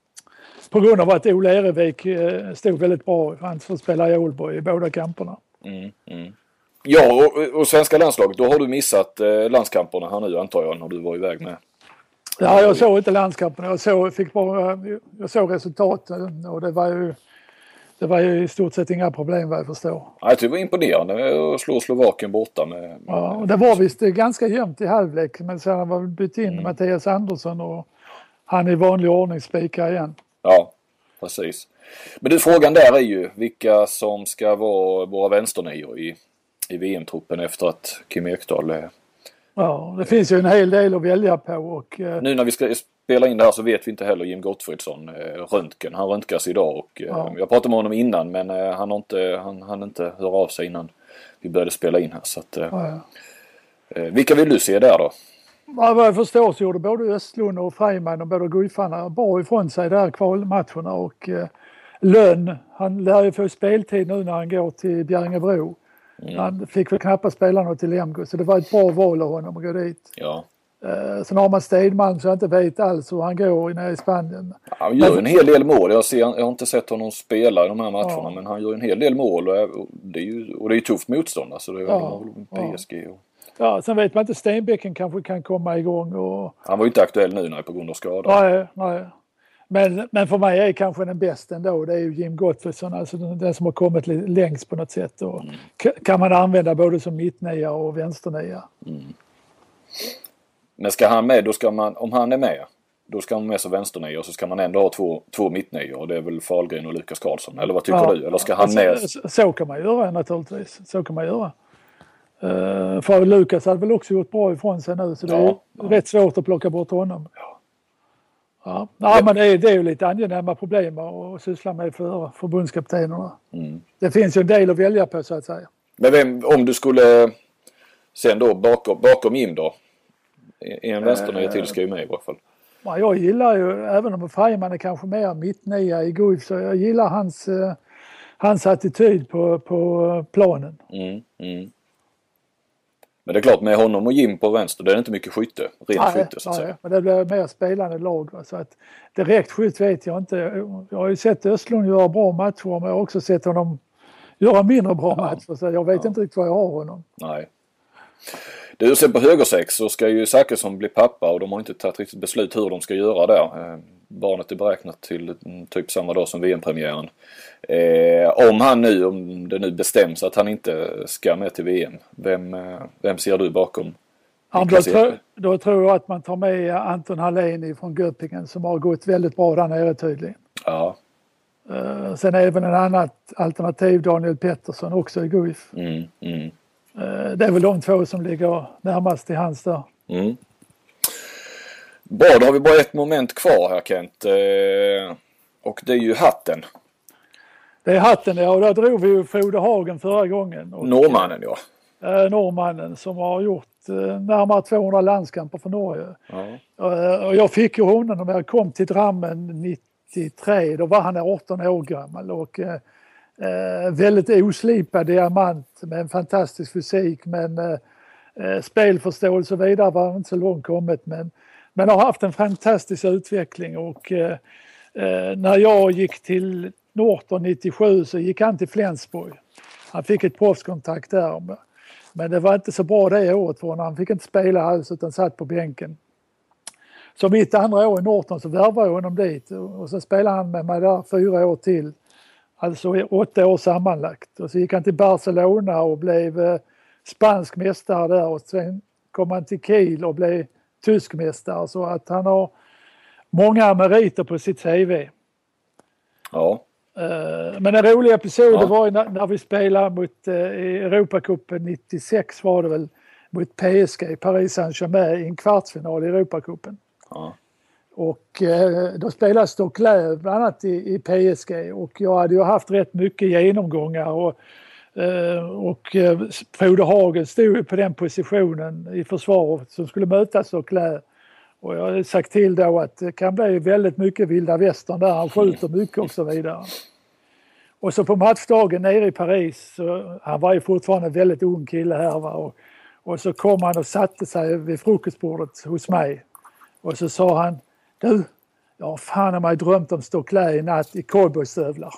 på grund av att Olle Erevik stod väldigt bra. Han får spela i Ålborg i båda kamperna. Mm, mm. Ja, och, och svenska landslaget, då har du missat eh, landskamperna här nu antar jag när du var iväg med. Ja, jag såg inte landskamperna. Jag såg, fick bara, jag såg resultaten och det var ju det var ju i stort sett inga problem vad jag förstår. Nej, det var imponerande att slå Slovakien borta med... med ja, och det var visst ganska jämnt i halvlek men sen var bytt in mm. Mattias Andersson och han i vanlig ordning spikar igen. Ja, precis. Men du, frågan där är ju vilka som ska vara våra vänsternior i, i V M-truppen efter att Kim Ekdahl är... Ja, det finns ju en hel del att välja på. Och, nu när vi ska spela in det här så vet vi inte heller Jim Gottfridsson, eh, röntgen. Han röntgas idag och eh, ja. jag pratade med honom innan men eh, han har inte, han, han inte höra av sig innan vi började spela in här. Så att, eh, ja, ja. Eh, vilka vill du se där då? Ja, vad jag förstår så gjorde både Östlund och Freiman och båda Guifarna bra ifrån sig där kvalmatcherna och eh, Lönn, han lär ju få speltid nu när han går till Bjärringebro. Mm. Han fick väl knappast spela något till Lemgo så det var ett bra val av honom att gå dit. Ja. Eh, sen har man Stedman så jag inte vet alls hur han går nere i Spanien. Ja, han gör men, en hel del mål. Jag, ser, jag har inte sett honom spela i de här matcherna ja. men han gör en hel del mål och det är ju, och det är ju tufft motstånd. Alltså det är ja. P S G och... Ja, sen vet man inte, Stenbecken kanske kan komma igång. Och... Han var ju inte aktuell nu när på grund av skada. Nej, nej. Men, men för mig är kanske den bästa ändå. Det är ju Jim Gottfridsson, alltså den som har kommit längst på något sätt. Och mm. kan man använda både som mittnia och vänsternia. Mm. Men ska han med, då ska man, om han är med, då ska man med som vänsternia och så ska man ändå ha två, två mittnior. Och det är väl Fahlgren och Lukas Karlsson. Eller vad tycker ja, du? Eller ska han med? Så, så kan man göra naturligtvis. Så kan man göra. Uh, för Lukas hade väl också gjort bra ifrån sig nu. Så det ja, är ja. rätt svårt att plocka bort honom. Ja. Ja, ja, men det är, det är ju lite angenäma problem att syssla med för förbundskaptenerna. Mm. Det finns ju en del att välja på så att säga. Men vem, om du skulle sen då bakom, bakom Jim då? En vänsternia till ska ju med i varje fall. Ja, jag gillar ju, även om Freiman är kanske mer mittnia i Guif, så jag gillar hans, eh, hans attityd på, på planen. Mm, mm. Men det är klart, med honom och Jim på vänster, det är inte mycket skytte, rent nej, skytte så att nej, säga. Men det blir mer spelande lag. Va? Så att direkt skytt vet jag inte. Jag har ju sett Östlund göra bra matcher, men jag har också sett honom göra mindre bra ja. matcher. Så jag vet ja. inte riktigt vad jag har honom. Nej. Du, sen på högersex så ska ju Zachrisson bli pappa och de har inte tagit riktigt beslut hur de ska göra där. Eh, barnet är beräknat till typ samma dag som V M-premiären. Eh, om han nu, om det nu bestäms att han inte ska med till V M, vem, vem ser du bakom? Ja, då, tro, då tror jag att man tar med Anton Hallén från Göppingen som har gått väldigt bra där nere tydligen. Ja. Eh, sen är det även en annat alternativ, Daniel Pettersson, också i Guif. Mm, mm. Det är väl de två som ligger närmast till hands där. Mm. Bra, då har vi bara ett moment kvar här, Kent. Eh, och det är ju hatten. Det är hatten, ja. Och där drog vi ju Frode Hagen förra gången. Och, norrmannen, ja. Eh, norrmannen som har gjort eh, närmare tvåhundra landskamper för Norge. Ja. Eh, och jag fick ju honom när jag kom till Drammen nittiotre. Då var han arton år gammal och... Eh, Eh, väldigt oslipad diamant med en fantastisk fysik, men eh, spelförståelse och vidare var inte så långt kommit, men, men har haft en fantastisk utveckling och eh, när jag gick till Norton nittiosju så gick han till Flensburg. Han fick ett proffskontakt där, men det var inte så bra det året för honom. Han fick inte spela alls utan satt på bänken. Så mitt andra år i Norton så värvade jag honom dit och så spelade han med mig där fyra år till. Alltså åtta år sammanlagt. Och så gick han till Barcelona och blev eh, spansk mästare där. Och sen kom han till Kiel och blev tysk mästare. Så att han har många meriter på sitt C V. Ja. Eh, men en rolig episod ja. var när, när vi spelade mot eh, Europacupen nittiosex var det väl. Mot P S G, Paris Saint-Germain, i en kvartsfinal i Europacupen. Ja. Och eh, då spelade Stocklöv bland annat i, i P S G och jag hade ju haft rätt mycket genomgångar och, eh, och eh, Frode Hagen stod på den positionen i försvaret som skulle möta Stocklöv. Och jag hade sagt till då att det kan bli väldigt mycket vilda västern där, han skjuter mycket och så vidare. Och så på matchdagen nere i Paris, så, han var ju fortfarande en väldigt ung kille här va, och, och så kom han och satte sig vid frukostbordet hos mig och så sa han: Du, jag har fan mig drömt om Stocklöv i natt i cowboystövlar.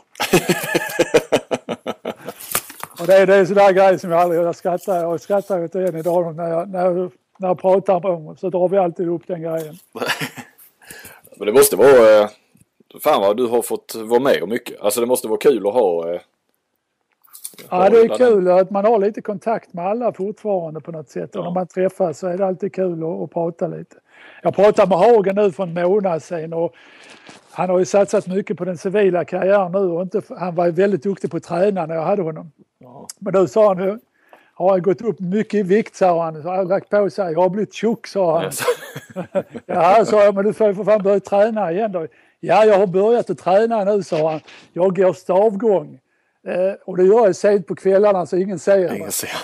Och det är, det är sådär grejer som jag aldrig jag skrattar. Jag skrattar åt det idag när jag, när, jag, när jag pratar om dem. Så drar vi alltid upp den grejen. Men det måste vara... Fan vad du har fått vara med om mycket. Alltså det måste vara kul att ha... ha ja, det är kul att man har lite kontakt med alla fortfarande på något sätt. Och ja. när man träffas så är det alltid kul att, att prata lite. Jag pratar med Hagen nu för en månad sedan och han har ju satsat mycket på den civila karriären nu och inte, han var ju väldigt duktig på att träna när jag hade honom. Ja. Men då sa han nu, har jag gått upp mycket i vikt, sa han. Så han lagt på sig, jag har blivit tjock, sa han. Yes. Ja, sa jag, men du får ju för fan börja träna igen då. Ja, jag har börjat att träna nu, sa han. Jag går stavgång. Eh, och det gör jag sent på kvällarna så ingen ser. Ingen ser.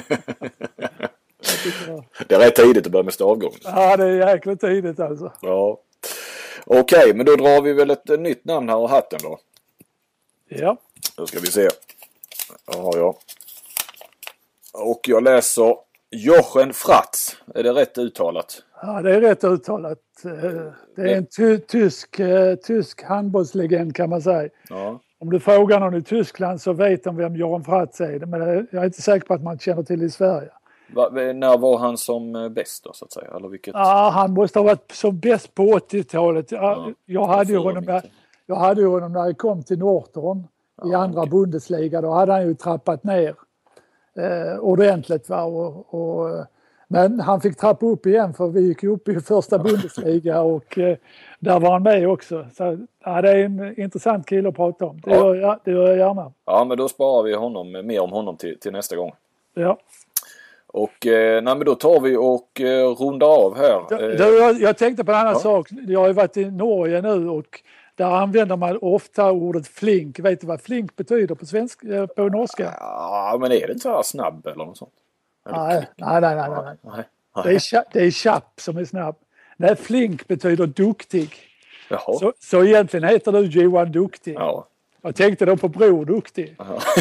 Det är rätt tidigt att börja med stavgång. Ja, det är jäkligt tidigt alltså. Ja. Okej, okay, men då drar vi väl ett nytt namn här och hatten då. Ja. Då ska vi se. Vad har jag? Och jag läser Jochen Fratz. Är det rätt uttalat? Ja, det är rätt uttalat. Det är en ty- tysk, tysk handbollslegend kan man säga. Ja. Om du frågar någon i Tyskland så vet de vem Jochen Fratz är. Men jag är inte säker på att man känner till i Sverige. Va, när var han som bäst då så att säga? Eller vilket... Ja, han måste ha varit som bäst på åttiotalet. Ja, jag, hade ju honom när, jag hade ju honom när jag kom till Norton ja, i andra okay. Bundesliga. Då hade han ju trappat ner eh, ordentligt. Va? Och, och, men han fick trappa upp igen för vi gick upp i första Bundesliga och eh, där var han med också. Så ja, det är en intressant kille att prata om. Det, ja. gör, det gör jag gärna. Ja, men då sparar vi honom, mer om honom till, till nästa gång. Ja. Och eh, nej, men då tar vi och eh, rundar av här. Jag, jag, jag tänkte på en annan ja. sak. Jag har ju varit i Norge nu och där använder man ofta ordet flink. Vet du vad flink betyder på svensk, på norska? Ja, men är det inte så här snabb eller något sånt? Nej, nej, nej, nej, nej. nej. Det är, det är chapp som är snabb. Nej, flink betyder duktig. Så, så egentligen heter du Johan Duktig. Ja. Jag tänkte då på Bror Duktig.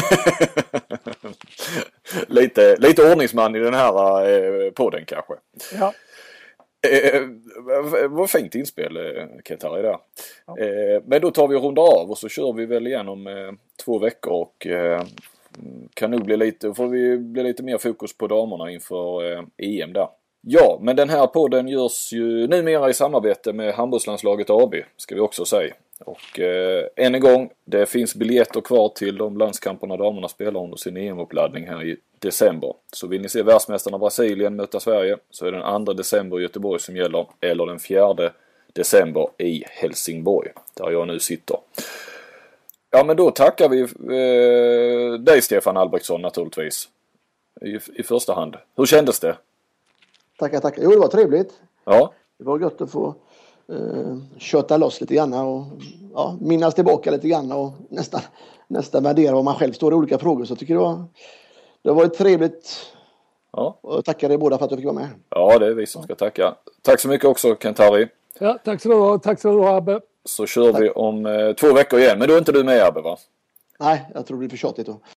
lite, lite ordningsman i den här eh, podden kanske. Ja. Eh, vad fint inspel, Kentari där. Ja. Eh, men då tar vi och rundar av och så kör vi väl igen om eh, två veckor och eh, kan nog bli lite, får vi bli lite mer fokus på damerna inför eh, E M där. Ja, men den här podden görs ju numera i samarbete med handbollslandslaget A B, ska vi också säga. Och eh, än en gång, det finns biljetter kvar till de landskamperna damerna spelar under sin E M-uppladdning här i december. Så vill ni se världsmästarna Brasilien möta Sverige så är den andra december i Göteborg som gäller, eller den fjärde december i Helsingborg, där jag nu sitter. Ja, men då tackar vi eh, dig Stefan Albrektsson naturligtvis i, i första hand. Hur kändes det? Tackar, tackar. Jo, det var trevligt. Ja. Det var gott att få eh, köta loss lite grann och ja, minnas tillbaka lite grann och nästan, nästan värdera vad man själv står i olika frågor. Så jag tycker det var, det var trevligt. Ja. Och tackar er båda för att jag fick vara med. Ja, det är vi som ska tacka. Tack så mycket också, Kentari. Ja, tack så du ha. Tack så du ha, Abbe. Så kör tack. vi om eh, två veckor igen. Men då är inte du med, Abbe, va? Nej, jag tror det blir för tjatigt då.